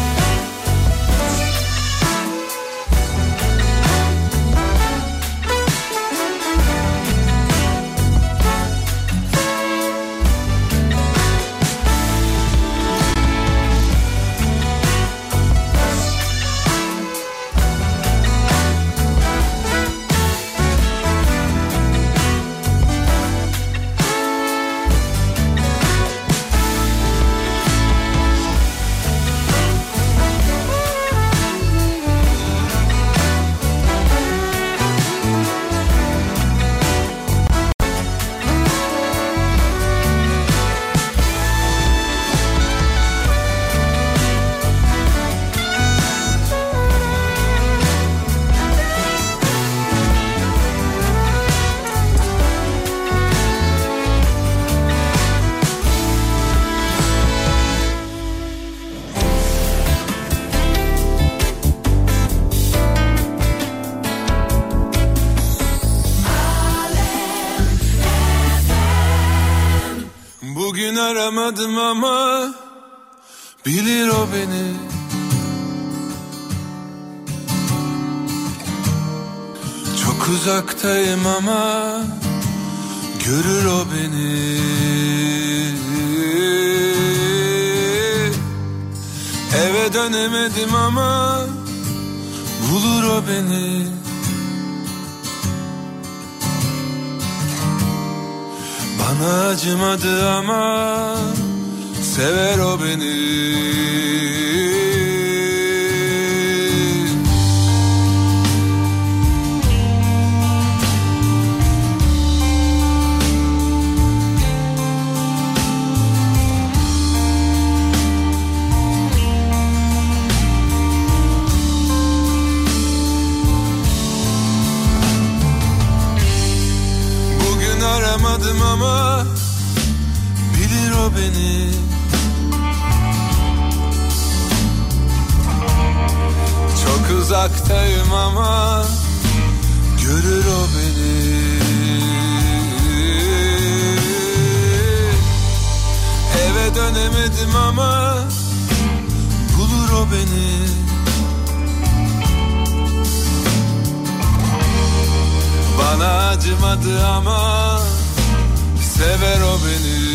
Speaker 5: Bugün aramadım ama bilir o beni. Çok uzaktayım ama görür o beni. Eve dönemedim ama bulur o beni. Bana acımadı ama sever o beni.
Speaker 7: aramadım ama bilir o beni. Çok uzaktayım ama görür o beni. Eve dönemedim ama bulur o beni. Bana acımadı ama sever o beni.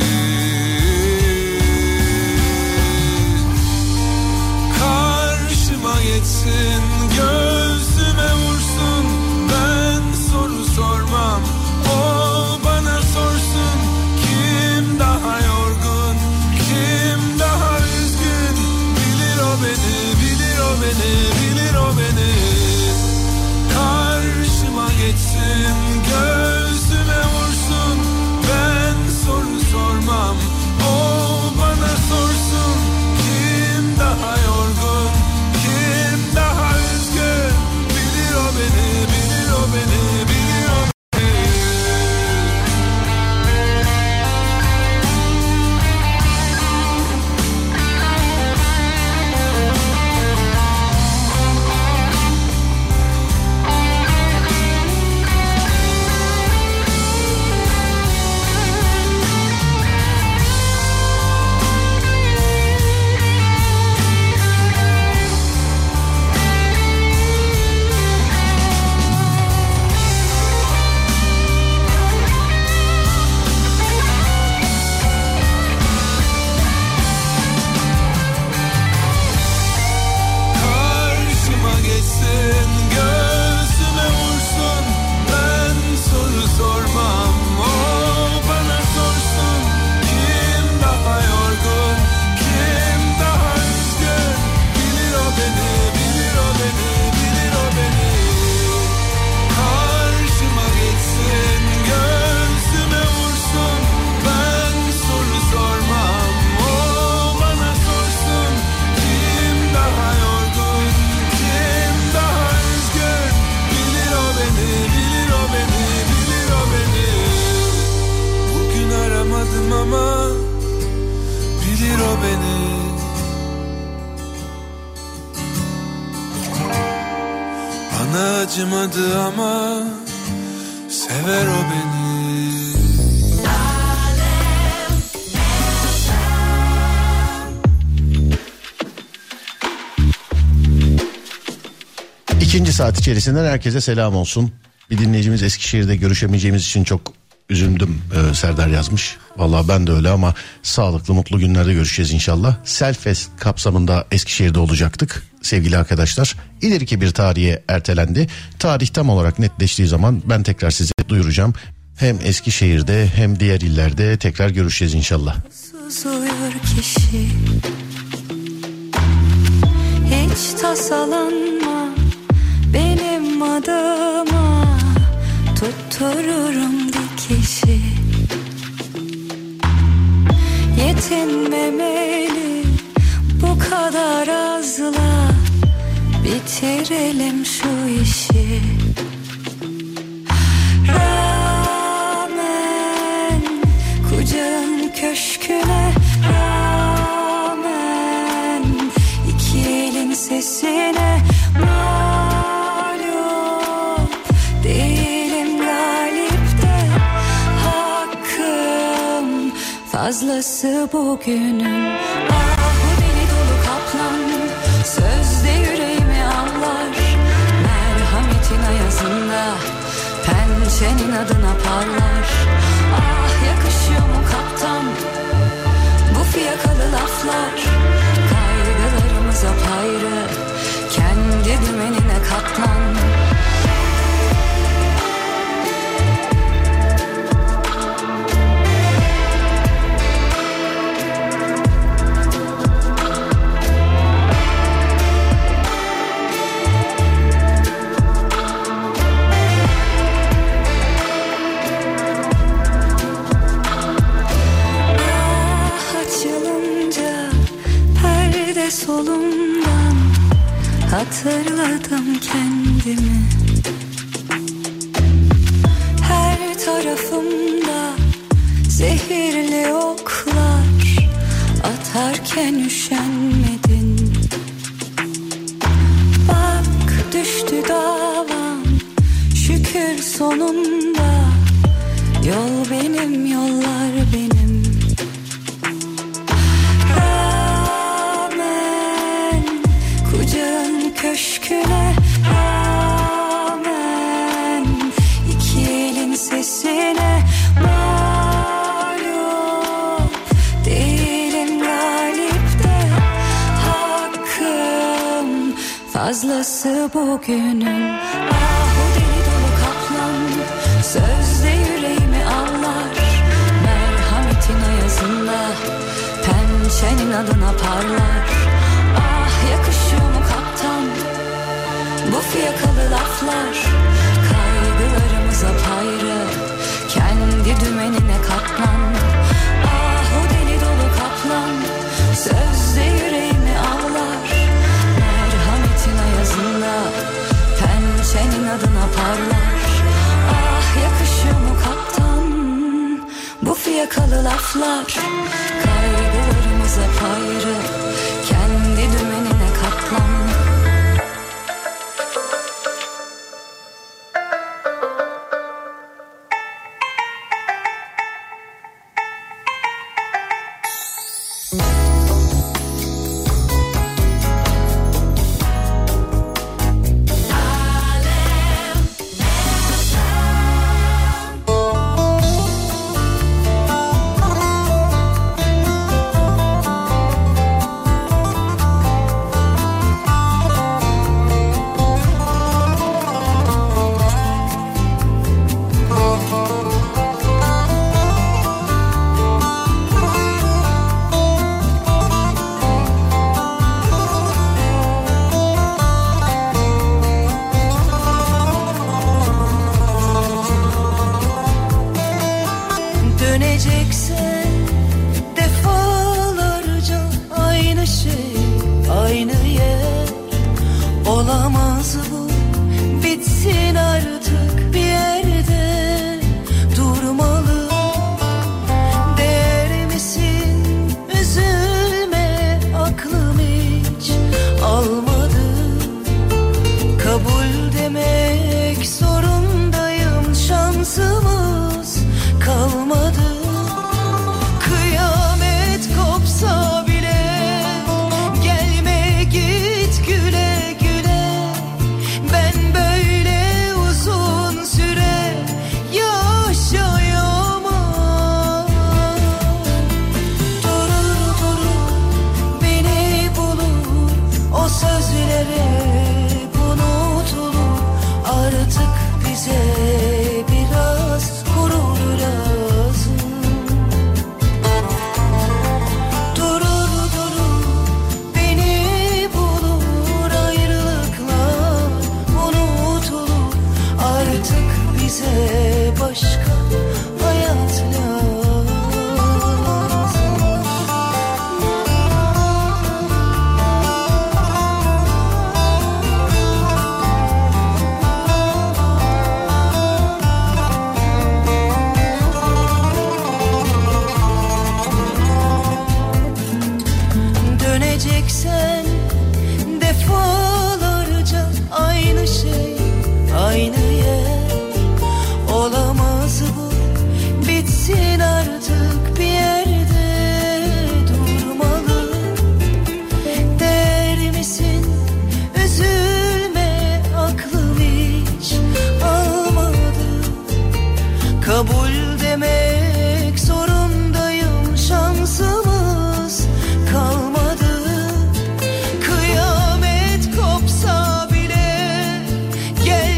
Speaker 7: Karşıma geçsin, göğsüme vursun, ben soru sormam, o bana sorsun. Kim daha yorgun, kim daha üzgün, bilir o beni, bilir o beni, bilir o beni. Karşıma geçsin, göğsüme vursun, ben soru sormam, o bana sorsun. Kim daha yorgun, kim daha üzgün, bilir o beni, bilir o beni, bilir o beni. Ama bilir o beni. Bana acımadı ama sever o beni.
Speaker 1: İkinci saat içerisinden herkese selam olsun. Bir dinleyicimiz Eskişehir'de görüşemeyeceğimiz için çok üzüldüm ee, Serdar yazmış. Vallahi ben de öyle ama sağlıklı mutlu günlerde görüşeceğiz inşallah. Selfest kapsamında Eskişehir'de olacaktık sevgili arkadaşlar. İleriki bir tarihe ertelendi. Tarih tam olarak netleştiği zaman ben tekrar size duyuracağım. Hem Eskişehir'de hem diğer illerde tekrar görüşeceğiz inşallah.
Speaker 4: Uyur kişi, hiç tasalanma benim adıma, tuttururum dikişi. Yetinmemeli bu kadar azla, bitirelim şu işi. Rağmen kucağın köşküne rağmen, iki elin sesine mağlup değilim galip de, hakkım fazlası bugünüm. Ah bu deli dolu kaplan sözde yüreğimi anlar, merhametin ayazında pençenin adına parlar. Ah yakışıyor mu kaptan bu fiyakalı laflar, kaygılarımız apayrı, kendi dümenine katlan. Solumdan hatırladım kendimi, her tarafım Zehirli oklar atarken üşenmedin. Bak düştü davam, şükür sonunda. Yol benim, yollar benim. Rağmen kucağın köşküne rağmen, iki elin sesine mağlup değilim, galip de hakkım fazlası bugünün. Ah o deli dolu kaplan sözde yüreğimi avlar, merhametin ayazında pençenin adına parlar. Ah yakışıyor mu kaptan bu fiyakalı laflar, kaygılarımız apayrı, kendi dümenine katlan. Ah o deli dolu kaplan sözde yüreğimi avlar, merhametin ayazında pençenin adına parlar. Ah yakışıyor mu kaptan bu fiyakalı laflar, kaygılarımız apayrı, kendi dümenine katlan.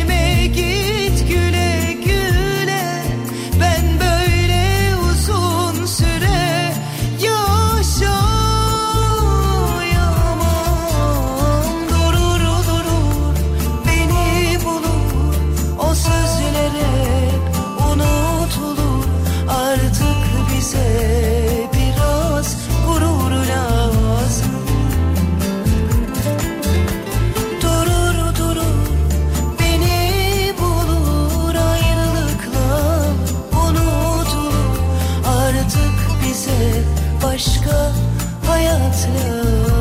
Speaker 6: Uzun
Speaker 4: bize başka hayat lazım.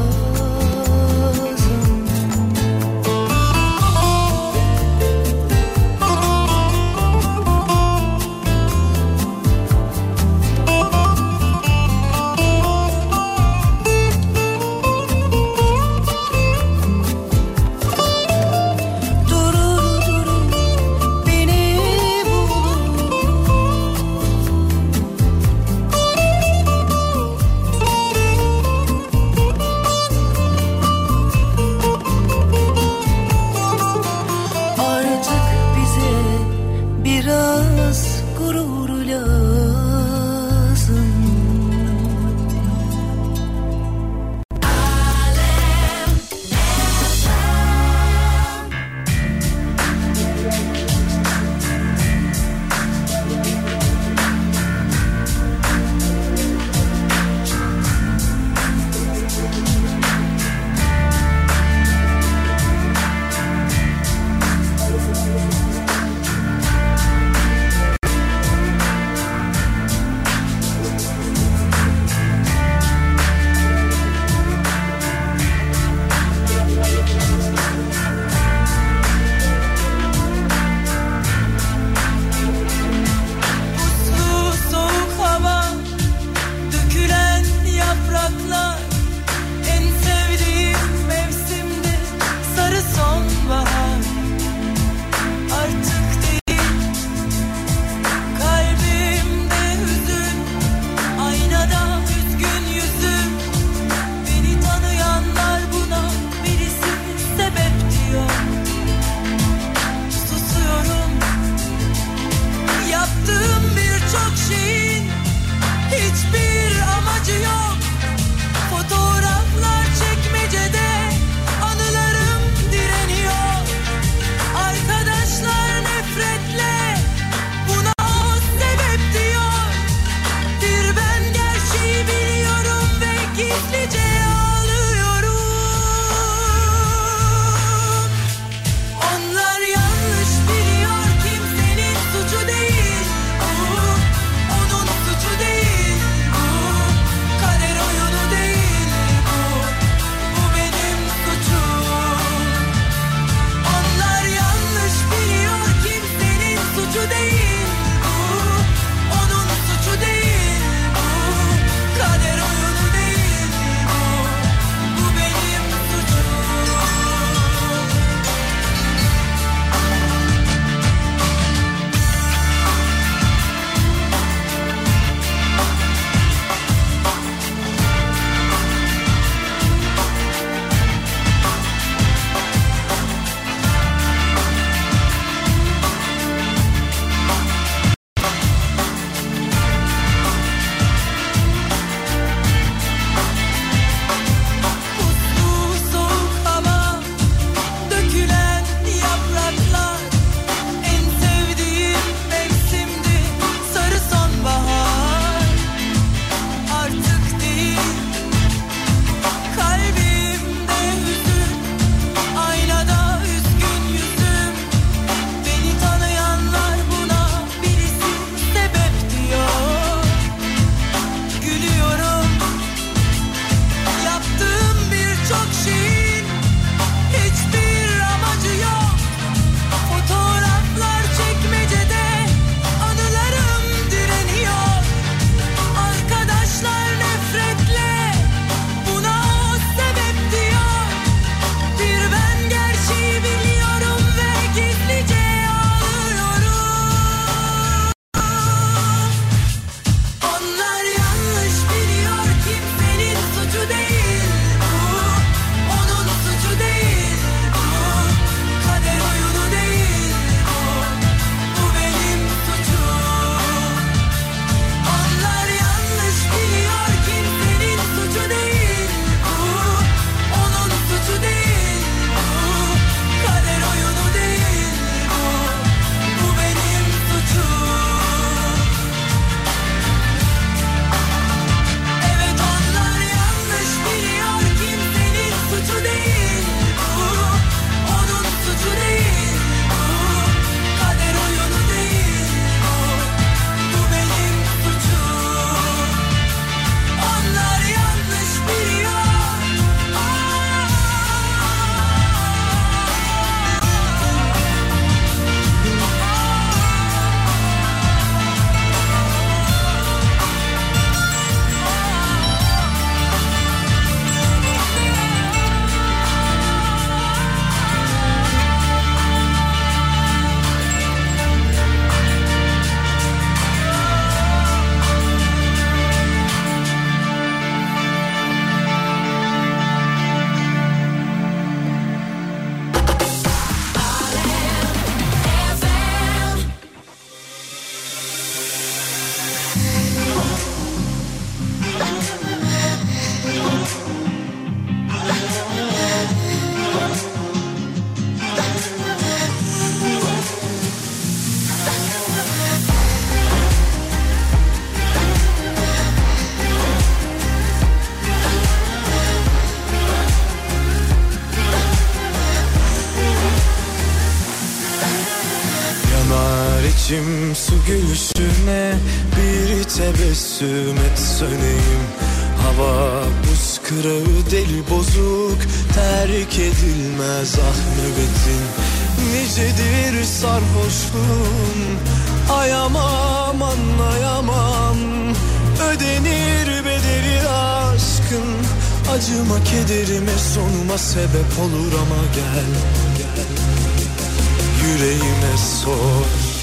Speaker 3: su gülüşüne bir tebessüm et söneyim. Hava buz kırağı deli bozuk, terk edilmez ah nöbetin. Nicedir sarhoşluğum, ayamam anlayamam. Ödenir bedeli aşkın, acıma kederime sonuma sebep olur ama gel, gel, yüreğime sor.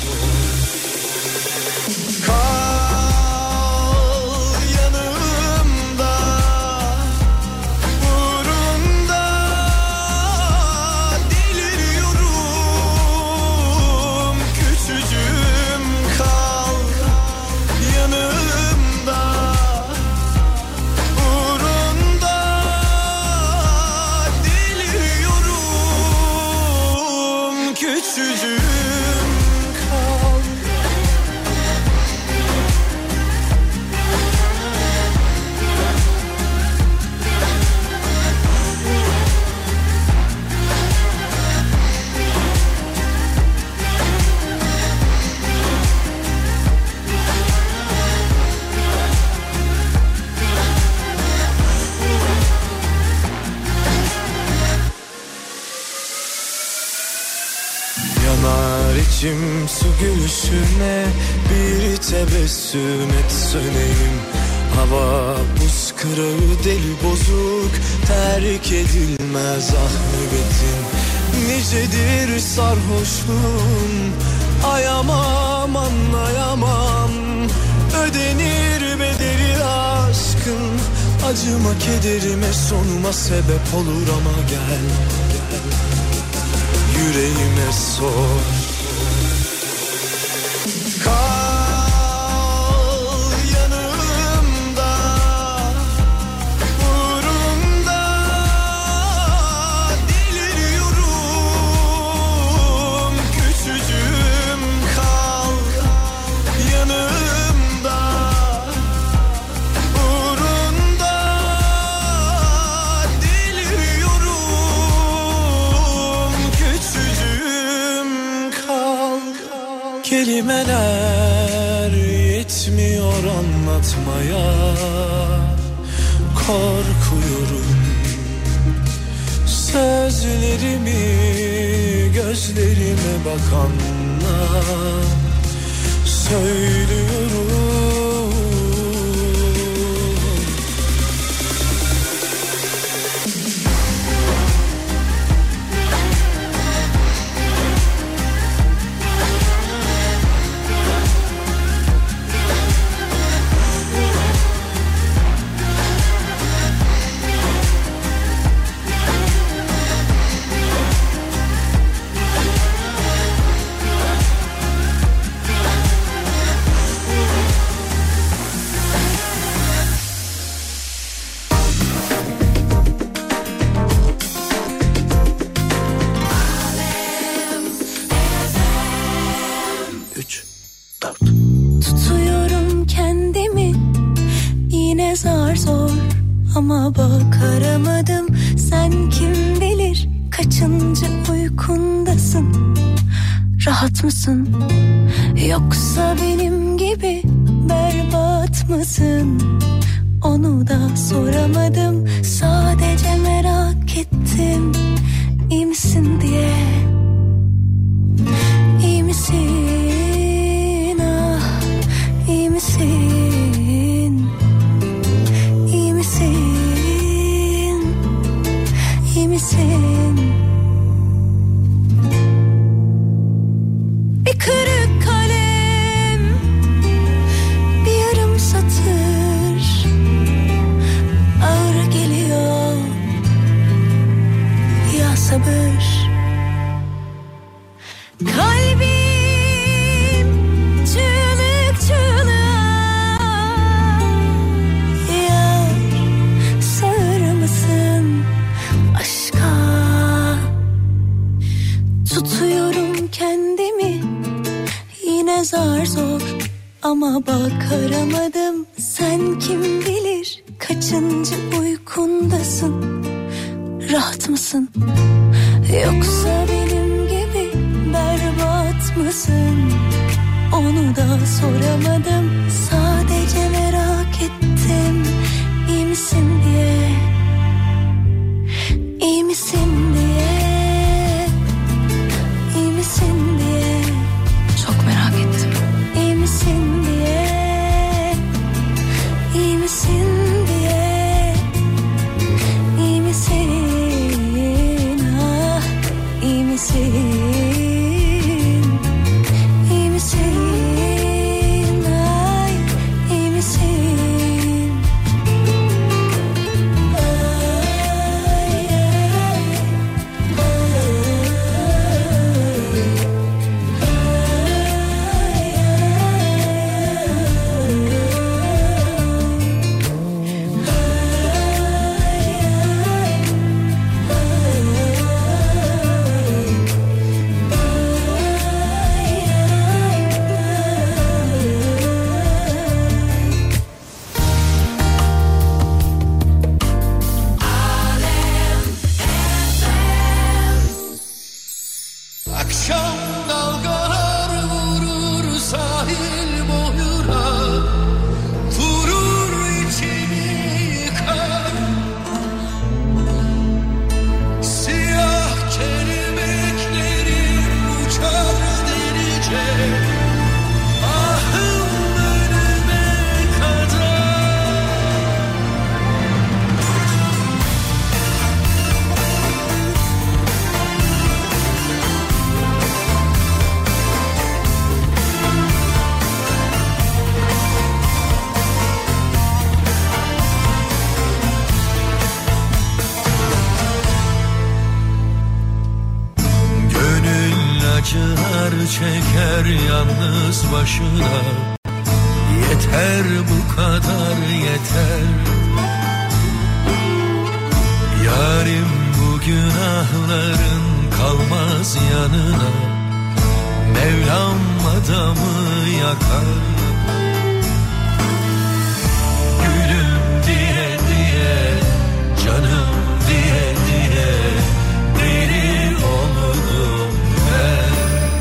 Speaker 3: İçim su gülüşüne bir tebessüm et söneyim. Hava buz kırağı deli bozuk, terk edilmez ah nöbetin. Nicedir sarhoşluğum, ayamam anlayamam. Ödenir bedeli aşkın, acıma kederime sonuma sebep olur ama gel, gel, yüreğime sor. Kelimeler yetmiyor anlatmaya, korkuyorum. Sözlerimi gözlerime bakanla söylüyorum.
Speaker 4: Ama bak aramadım, sen kim bilir kaçıncı uykundasın. Rahat mısın yoksa benim gibi berbat mısın? Onu da soramadım, sadece merak ettim. İyi misin diye. İyi misin ah, iyi misin? Bir kırık kalem, bir yarım satır, ağır geliyor ya sabır. Kalbim çığlık çığlığa, yar sağır mısın aşka? Tutuyorum kendimi yine zar zor, ama bak aramadım, sen kim bilir kaçıncı uykundasın. Rahat mısın yoksa benim gibi berbat mısın? onu da soramadım. Sadece merak ettim, iyi misin diye, iyi misin diye, iyi misin diye. Çok merak ettim. İyi misin diye, iyi misin diye, iyi misin, ah, iyi misin?
Speaker 8: Çeker yalnız başına, yeter bu kadar yeter. Yarim bu günahların kalmaz yanına, Mevlam adamı yakar. Gülüm diye diye, canım diye diye, deli oldum ben.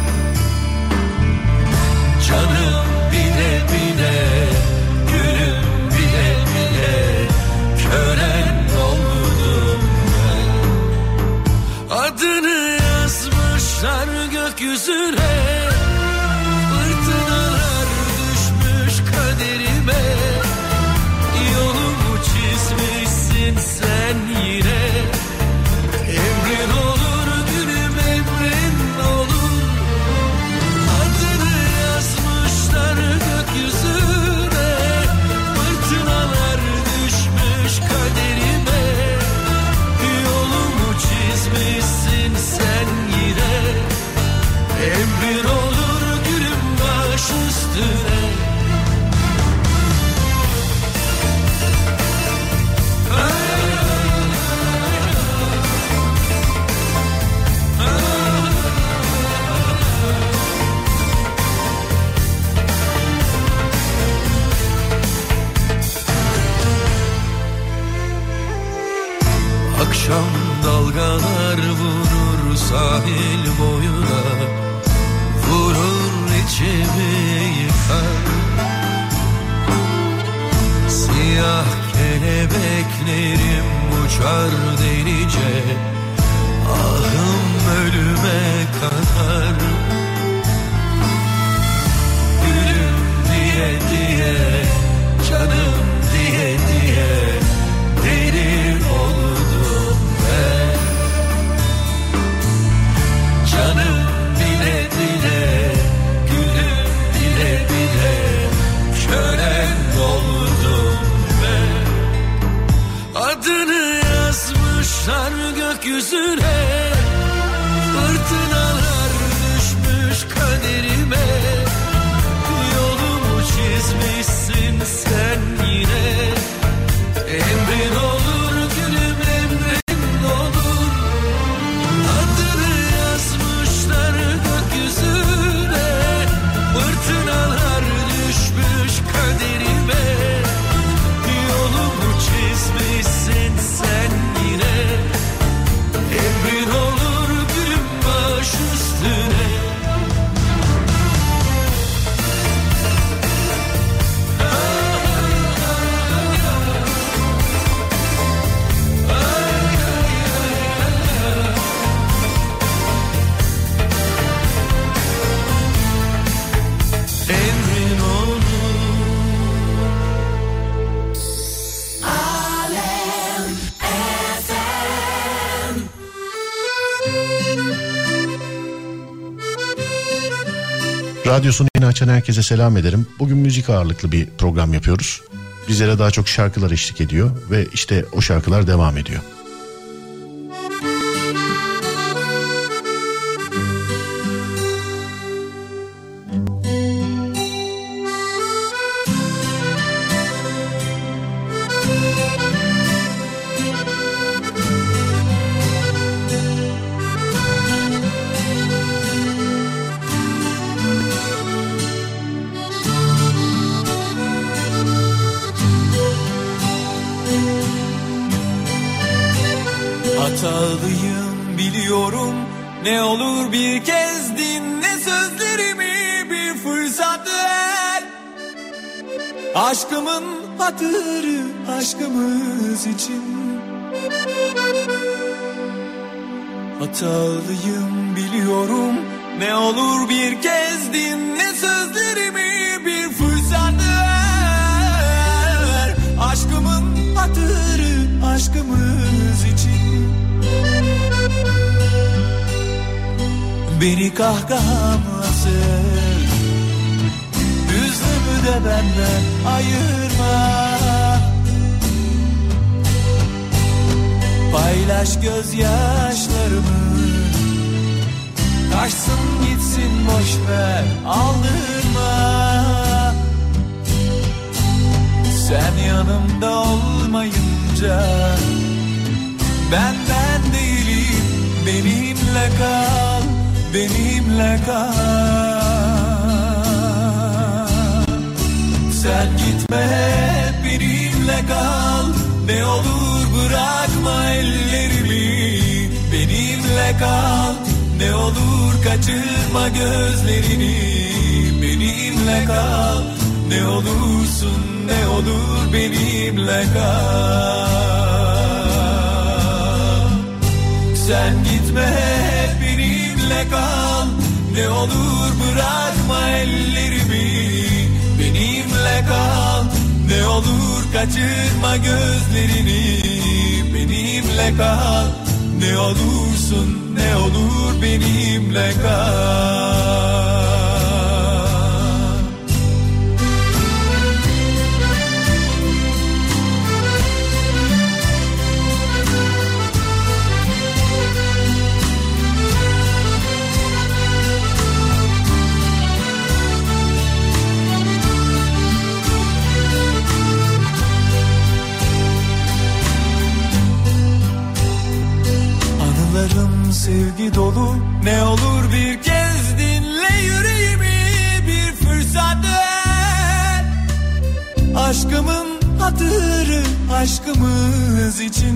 Speaker 8: Canım bile bile, gülüm bile bile, kölen oldum ben. Adını yazmışlar gökyüzüne, fırtınalar düşmüş kaderime. Yolumu çizmişsin sen yine, emrin olur gülüm, emrin olur. Gökyüzüne fırtınalar düşmüş kaderime. Yolumu çizmişsin sen yine, emrin olur gülüm baş üstüne. Akşam dalgalar vurur sahil boyuna, vurur içimi yıkar. Siyah kelebeklerim uçar delice, ahım ölüme kadar. Gülüm diye diye, canım diye diye, deli oldum ben. Canım bile bile, gülüm bile bile, kölen oldum ben. Adını yazmışlar gökyüzüne, fırtınalar
Speaker 1: Radyosunu yeni açan herkese selam ederim. Bugün müzik ağırlıklı bir program yapıyoruz. Bizlere daha çok şarkılar eşlik ediyor ve işte o şarkılar devam ediyor.
Speaker 3: Hatalıyım biliyorum, ne olur bir kez dinle sözlerimi, bir fırsat ver. Aşkımın hatırı aşkımız için. Hatalıyım biliyorum, ne olur bir kez dinle sözlerimi, bir fırsat ver. Aşkımın hatırı aşkımız için. Beni kahkahamla sev, hüznümü de benden ayırma. Paylaş gözyaşlarımı, kaçsın gitsin boşver, aldırma. Sen yanımda olmayınca ben ben değilim, benimle kal, benimle kal. Sen gitme, benimle kal, ne olur bırakma ellerimi. Benimle kal, ne olur kaçırma gözlerini. Benimle kal, ne olursun, ne olur benimle kal. Sen gitme, benimle kal, ne olur bırakma ellerimi. Benimle kal, ne olur kaçırma gözlerini. Benimle kal, ne olursun, ne olur benimle kal. Anılarım sevgi dolu, ne olur bir kez dinle yüreğimi, bir fırsat ver. Aşkımın hatırı aşkımız için.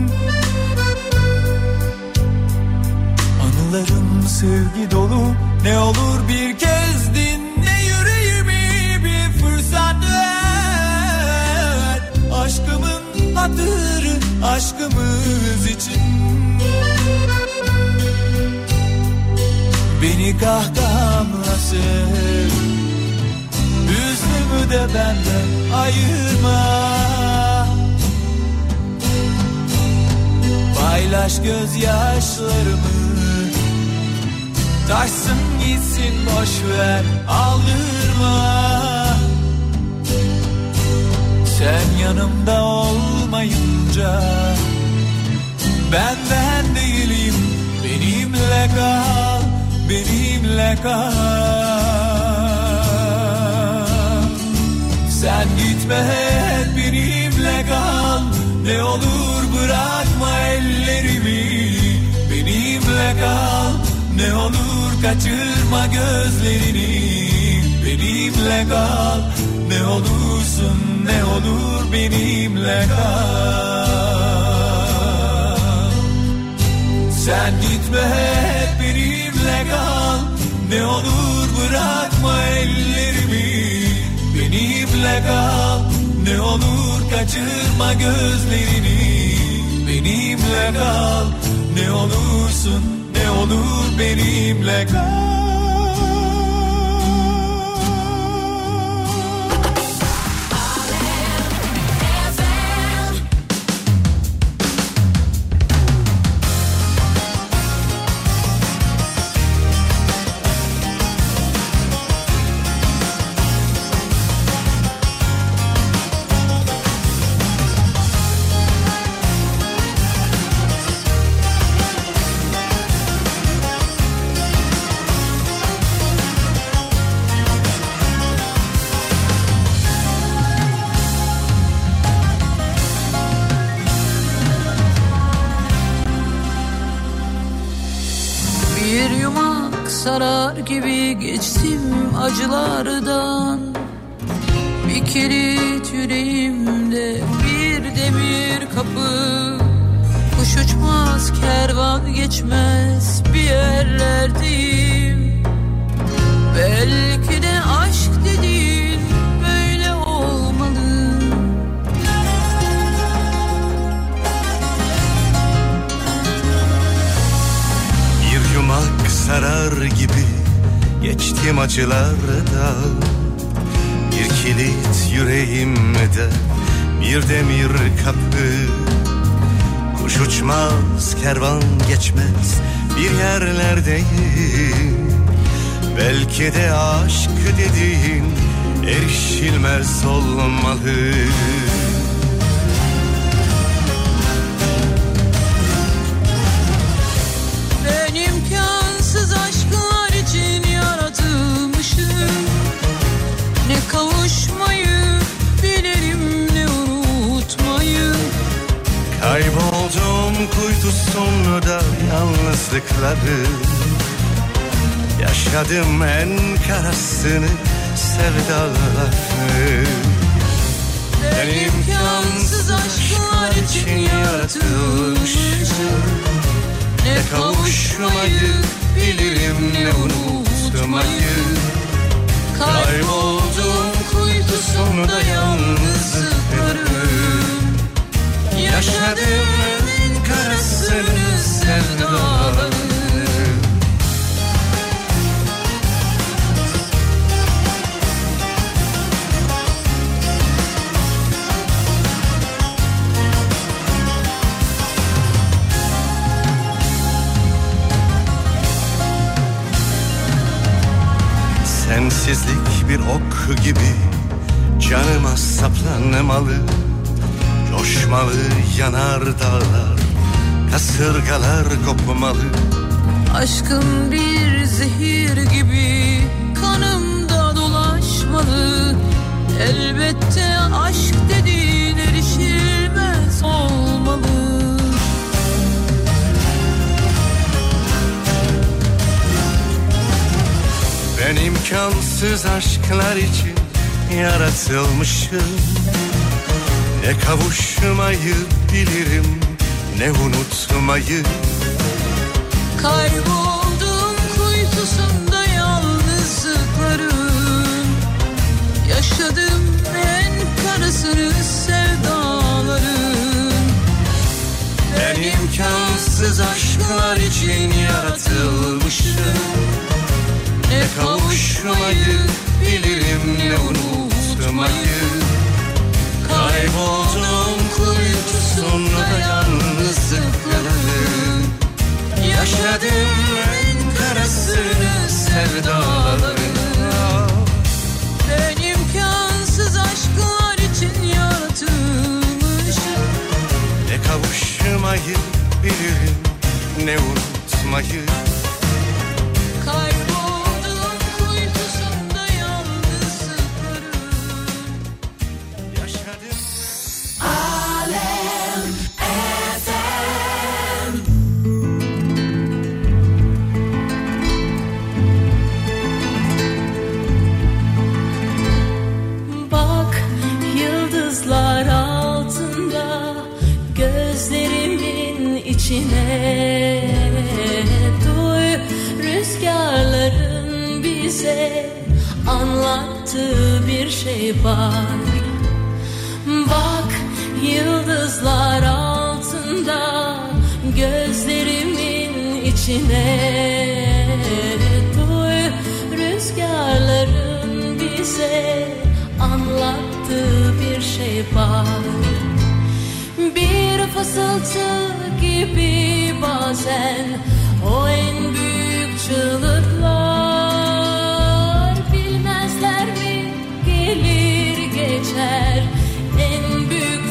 Speaker 3: Anılarım sevgi dolu, ne olur bir kez dinle yüreğimi, bir fırsat ver. Aşkımın hatırı aşkımız için. Beni kahkahamla sev, hüznümü de benden ayırma. Paylaş gözyaşlarımı, taşsın gitsin boşver, aldırma. Sen yanımda olmayınca ben ben değilim, benimle kal, benimle kal. Sen gitme, benimle kal, ne olur bırakma ellerimi. Benimle kal, ne olur kaçırma gözlerini. Benimle kal, ne olursun, ne olur benimle kal. Sen gitme, benimle kal, ne olur bırakma ellerimi. Benimle kal, ne olur kaçırma gözlerini. Benimle kal, ne olursun, ne olur benimle kal.
Speaker 6: sarar gibi geçtim acılardan. Bir kilit yüreğimde bir demir kapı, kuş uçmaz kervan geçmez bir yerlerdeyim. Belki de aşk dediğin böyle olmalı.
Speaker 9: Bir yumak sarar gibi geçtim acılarda. Bir kilit yüreğimde bir demir kapı, kuş uçmaz kervan geçmez bir yerlerdeyim. Belki de aşk dediğin erişilmez olmalı.
Speaker 6: Ben imkansız aşklar için yaratılmışım. Ne kavuşmayı bilirim ne unutmayı.
Speaker 9: Kayboldum kuytusunda yalnızlıkları, yaşadım en karasını sevdaları.
Speaker 6: Ben imkansız aşklar için yaratılmışım. Ne kavuşmayı bilirim ne unutmayı. Kayboldum kuytusunda yalnızlıklarım, yaşadım en karasını sevdaları.
Speaker 9: Sensizlik bir ok gibi canıma saplanmalı. Coşmalı yanar dağlar, kasırgalar kopmalı.
Speaker 6: Aşkın bir zehir gibi kanımda dolaşmalı. Elbette aşk dediğin erişilmez olmalı.
Speaker 9: Ben imkansız aşklar için yaratılmışım. Ne kavuşmayı bilirim ne unutmayı.
Speaker 6: Kayboldum kuytusunda yalnızlıkların, yaşadım en karasını sevdaların.
Speaker 9: Ben imkansız aşklar için yaratılmışım.
Speaker 6: Ne kavuşmayı bilirim ne unutmayı.
Speaker 9: Kayboldum kuytusunda yalnızlıkların, yaşadım en karasını sevdaların.
Speaker 6: Ben imkansız aşklar için yaratılmışım.
Speaker 9: Ne kavuşmayı bilirim ne unutmayı.
Speaker 6: Kayboldum kuytusunda yalnızlıkların,
Speaker 9: yaşadım.
Speaker 8: Alem F M.
Speaker 4: Bak yıldızlar altında gözlerimin içine, duy rüzgarların bize anlattığı bir şey var. Bak yıldızlar altında gözlerimin içine, duy rüzgarların bize anlattığı bir şey var. Bir fısıltı gibi bazen o en büyük çığlıklar, bilmezler mi gelir geçer en büyük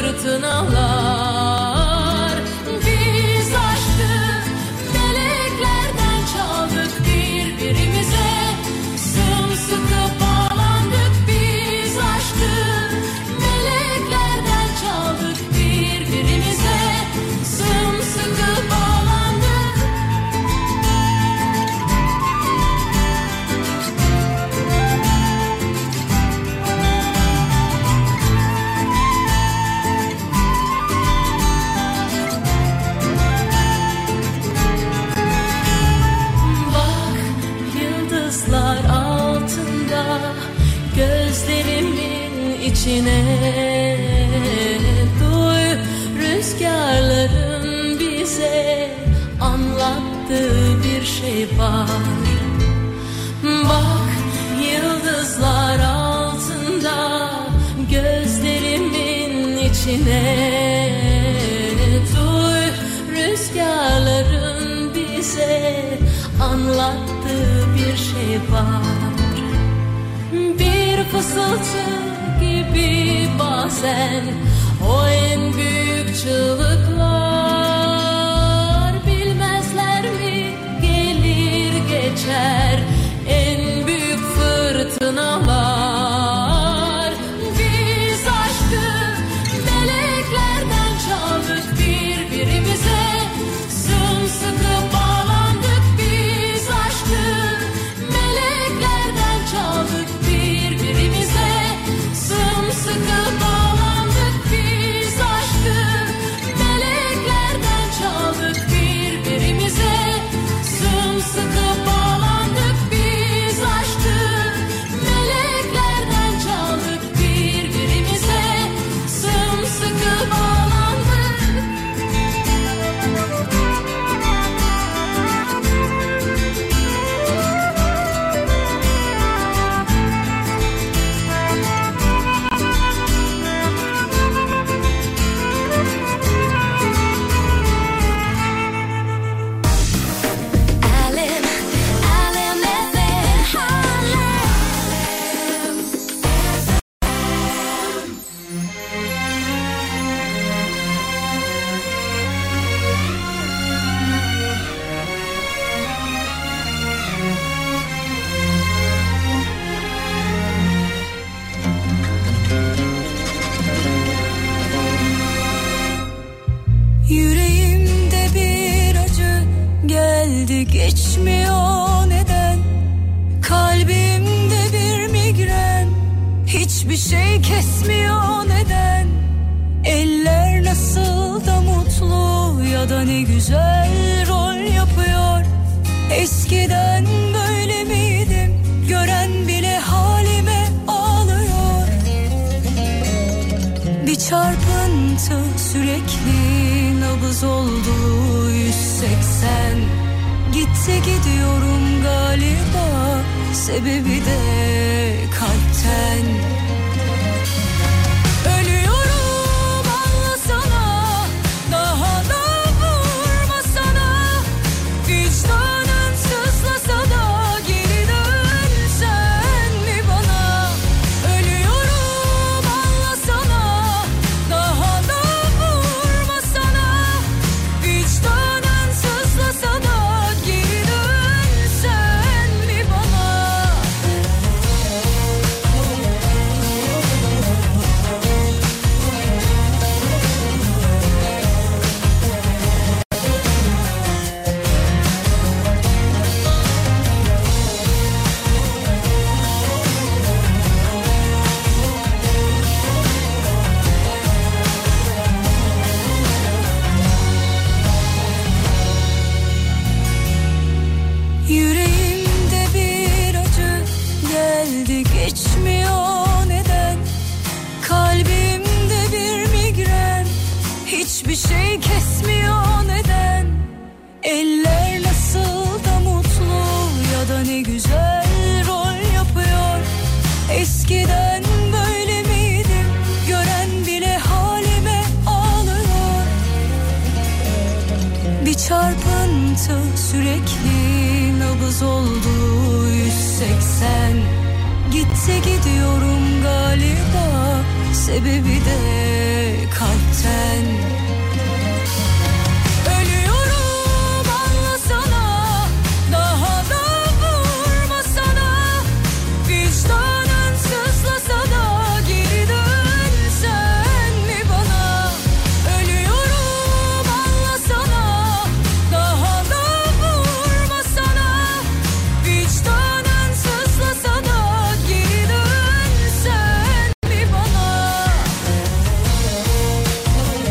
Speaker 4: fırtınalar. Biz aşkı meleklerden çaldık birbirimize, sımsıkı bağlandık. Biz aşkı meleklerden çaldık birbirimize, sımsıkı bağlandık. Duy, rüzgarların bize anlattığı bir şey var. Bak, yıldızlar altında gözlerimin içine. Duy, rüzgarların bize anlattığı bir şey var. Bir fısıltı gibi bazen o en büyük çığlıklar. Bilmezler mi gelir geçer en büyük fırtınalar. Biz aşkı meleklerden çaldık birbirimize, sımsıkı bağlandık. Biz aşkı meleklerden çaldık birbirimize, sımsıkı bağlandık. Biz aşkı meleklerden çaldık birbirimize, sımsıkı bağlandık. Biz aşkı meleklerden çaldık birbirimize, sımsıkı bağlandık. Alem, alem, alem, alem.
Speaker 6: Yüreğimde bir acı geldi geçmiyor neden? Kalbimde bir migren hiçbir şey kesmiyor neden? Eller nasıl da mutlu ya da ne güzel rol yapıyor. Eskiden böyle miydim? Gören bile halime ağlıyor. Bir çarpıntı sürekli nabız oldu yüz seksen. Gitti gidiyorum galiba, sebebi de kalpten. Ölüyorum anlasana, daha da vurmasana. Vicdanın sızlasa da geri dönsen mi bana? Ölüyorum anlasana, daha da vurmasana. Vicdanın sızlasa da geri dönsen mi bana? Yüreğimde bir acı geldi geçmiyor neden? Kalbimde bir migren hiçbir şey kesmiyor neden? Eller nasıl da mutlu ya da ne güzel rol yapıyor. Eskiden böyle miydim? Gören bile halime ağlıyor. Bir çarpıntı sürekli nabız oldu yüz seksen. Gitti gidiyorum galiba, sebebi de kalpten. Ölüyorum anlasana, daha da vurmasana. Vicdanın sızlasa da geri dönsen mi bana? Ölüyorum anlasana, daha da vurmasana. Vicdanın sızlasa da geri dönsen mi bana?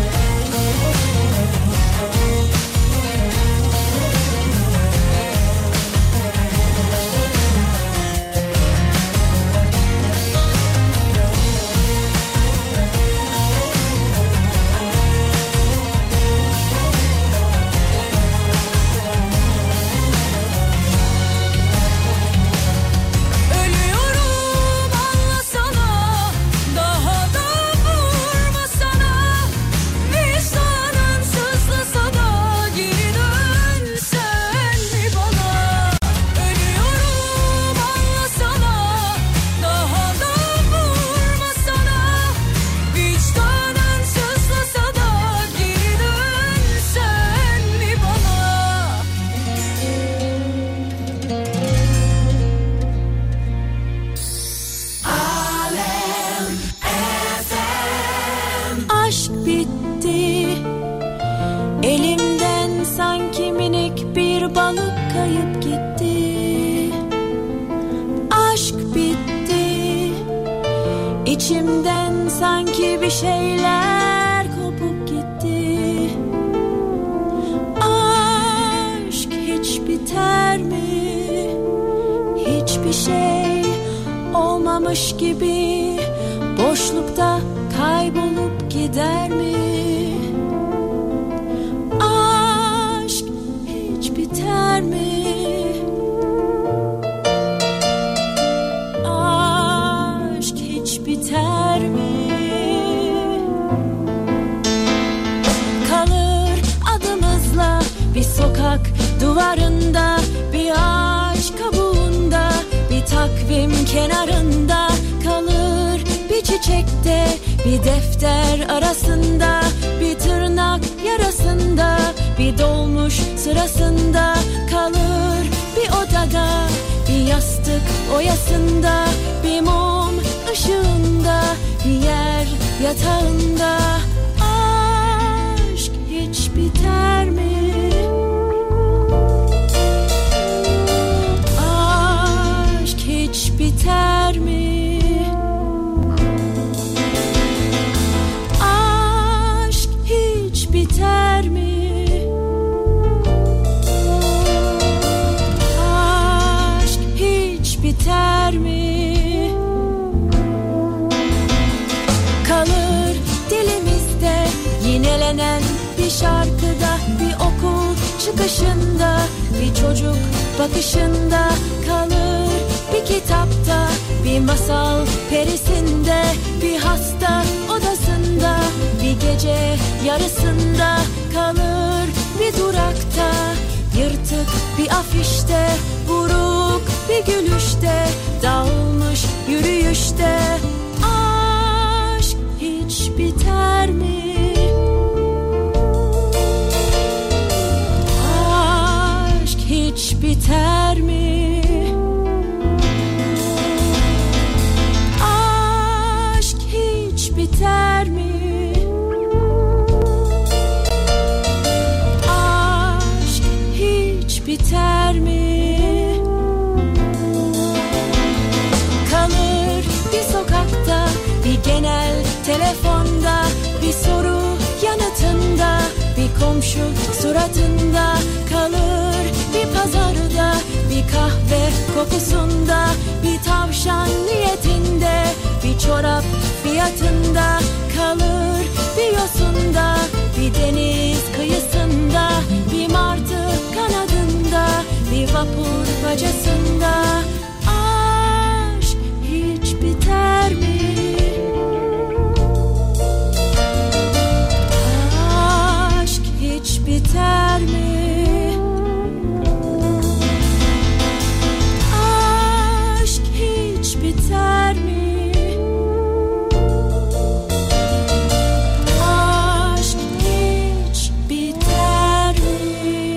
Speaker 4: Aşk bitti. Elimden sanki minik bir balık kayıp gitti. Aşk bitti. İçimden sanki bir şeyler kopup gitti. Aşk hiç biter mi? Hiçbir şey olmamış gibi boşlukta kaybolup gider mi? Aşk hiç biter mi? Aşk hiç biter mi? Kalır adımızla bir sokak duvarında, bir ağaç kabuğunda, bir takvim kenarında. Kalır bir çiçekte, bir defter arasında, bir tırnak yarasında, bir dolmuş sırasında. Kalır bir odada, bir yastık oyasında, bir mum ışığında, bir yer yatağında. Aşk hiç biter mi? Aşk hiç biter mi? Biter mi? Aşk hiç biter mi? Kalır dilimizde yinelenen bir şarkıda, bir okul çıkışında, bir çocuk bakışında. Kalır bir kitapta, bir masal perisinde, bir hasta odasında, bir gece yarısında. Kalır bir durakta, yırtık bir afişte, buruk bir gülüşte, dağılmış yürüyüşte. Aşk hiç biter mi? Aşk hiç biter mi? Aşk hiç biter mi? Aşk hiç biter mi? Kalır bir sokakta, bir genel telefonda, bir soru yanıtında, bir komşu suratında. Kalır bir pazarda, bir kahve kokusunda, bir tavşan niyetinde, bir çorap fiyatında. Kalır bir yosunda, bir deniz kıyısında, bir martı kanadında, bir vapur bacasında. Aşk hiç biter mi? Aşk hiç biter mi? Aşk hiç biter mi? Aşk hiç biter mi?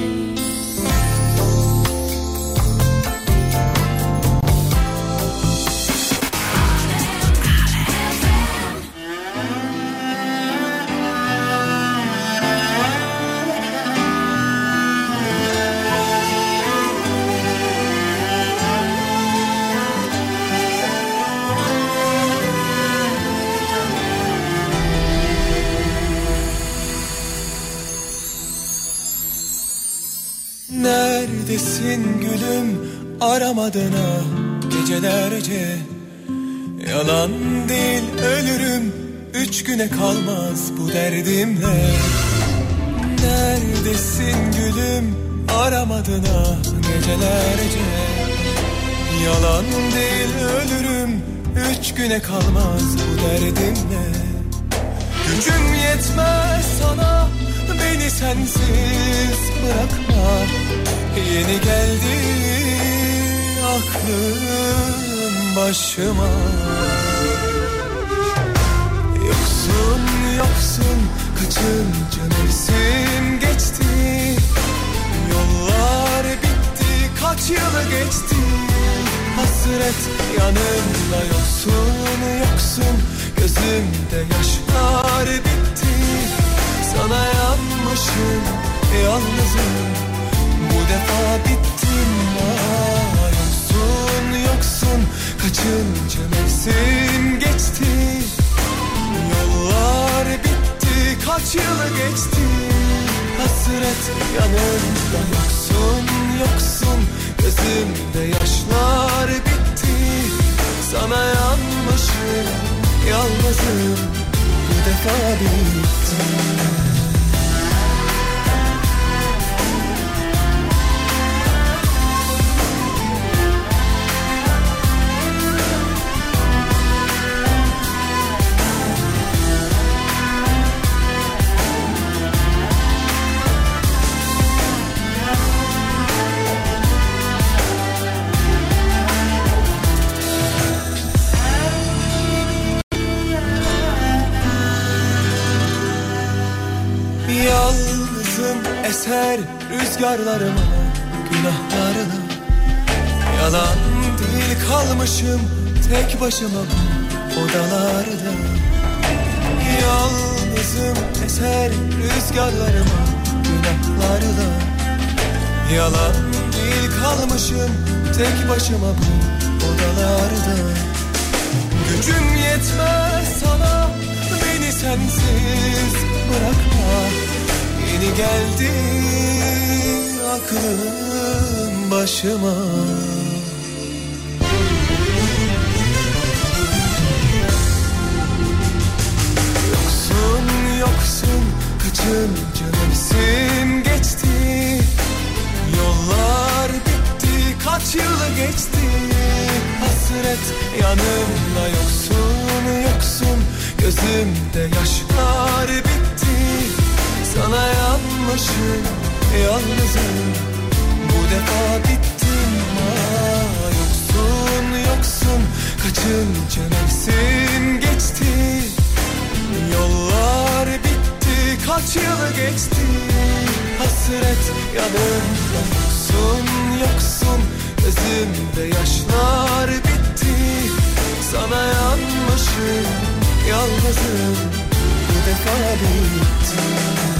Speaker 3: Neredesin gülüm, aramadın ha gecelerce. Yalan değil ölürüm, üç güne kalmaz bu derdimle. Neredesin gülüm, aramadın ha gecelerce. Yalan değil ölürüm, üç güne kalmaz bu derdimle. Gücüm yetmez sana, beni sensiz bırakma. Yeni geldi aklım başıma. Yoksun yoksun kaçıncı mevsim geçti. Yollar bitti, kaç yılı geçti. Hasret yanımda, yoksun yoksun gözümde yaşlar
Speaker 7: yalnızım. Bu defa bittim aa, yoksun yoksun kaçıncı mevsim geçti. Yollar bitti kaç yıl geçti. Hasret yanımda yoksun yoksun gözümde yaşlar bitti. Sana yanmışım yalnızım. Bu defa bittim. Yalnızım eser rüzgarlarıma, günahlarına. Yalan değil kalmışım tek başıma bu odalarda. Yalnızım eser rüzgarlarıma, günahlarına. Yalan değil kalmışım tek başıma bu odalarda. Gücüm yetmez sana, beni sensiz bırakma. Yeni geldi aklım başıma. Yoksun yoksun kaçıncı mevsim geçti. Yollar bitti kaç yıl geçti. Hasret yanımda yoksun yoksun gözümde yaşlar bitti. Sana yanmışım yalnızım. Bu defa bittim aa, yoksun yoksun kaçıncı mevsim geçti. Yollar bitti kaç yıl geçti. Hasret yanımda yoksun yoksun gözümde yaşlar bitti. Sana yanmışım yalnızım. Bu defa bittim.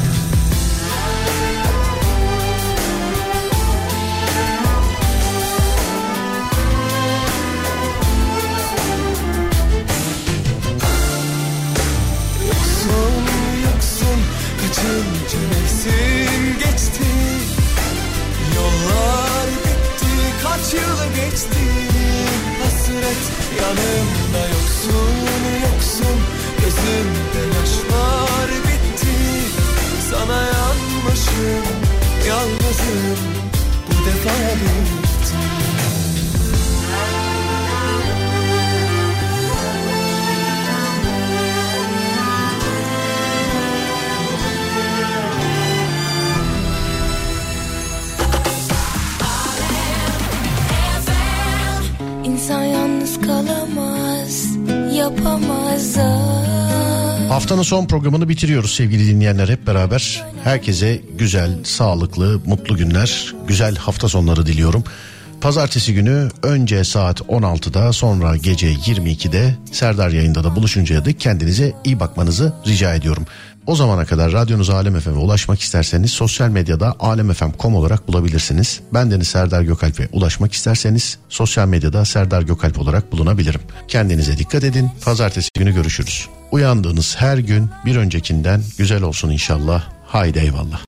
Speaker 7: Kaçıncı mevsim geçti. Yollar bitti kaç yıl geçti. Hasret yanımda yoksun yoksun gözümde yaşlar bitti. Sana yanmışım yalnızım. Bu defa bittim.
Speaker 4: İnsan yalnız kalamaz, yapamaz ah.
Speaker 1: Haftanın son programını bitiriyoruz sevgili dinleyenler hep beraber. Herkese güzel, sağlıklı, mutlu günler, güzel hafta sonları diliyorum. Pazartesi günü önce saat on altıda sonra gece yirmi ikide Serdar Yayında da buluşuncaya dek kendinize iyi bakmanızı rica ediyorum. O zamana kadar radyonuz Alem F M'e ulaşmak isterseniz sosyal medyada alemfm nokta com olarak bulabilirsiniz. Bendeniz Serdar Gökalp'e ulaşmak isterseniz sosyal medyada Serdar Gökalp olarak bulunabilirim. Kendinize dikkat edin. Pazartesi günü görüşürüz. Uyandığınız her gün bir öncekinden güzel olsun inşallah. Haydi eyvallah.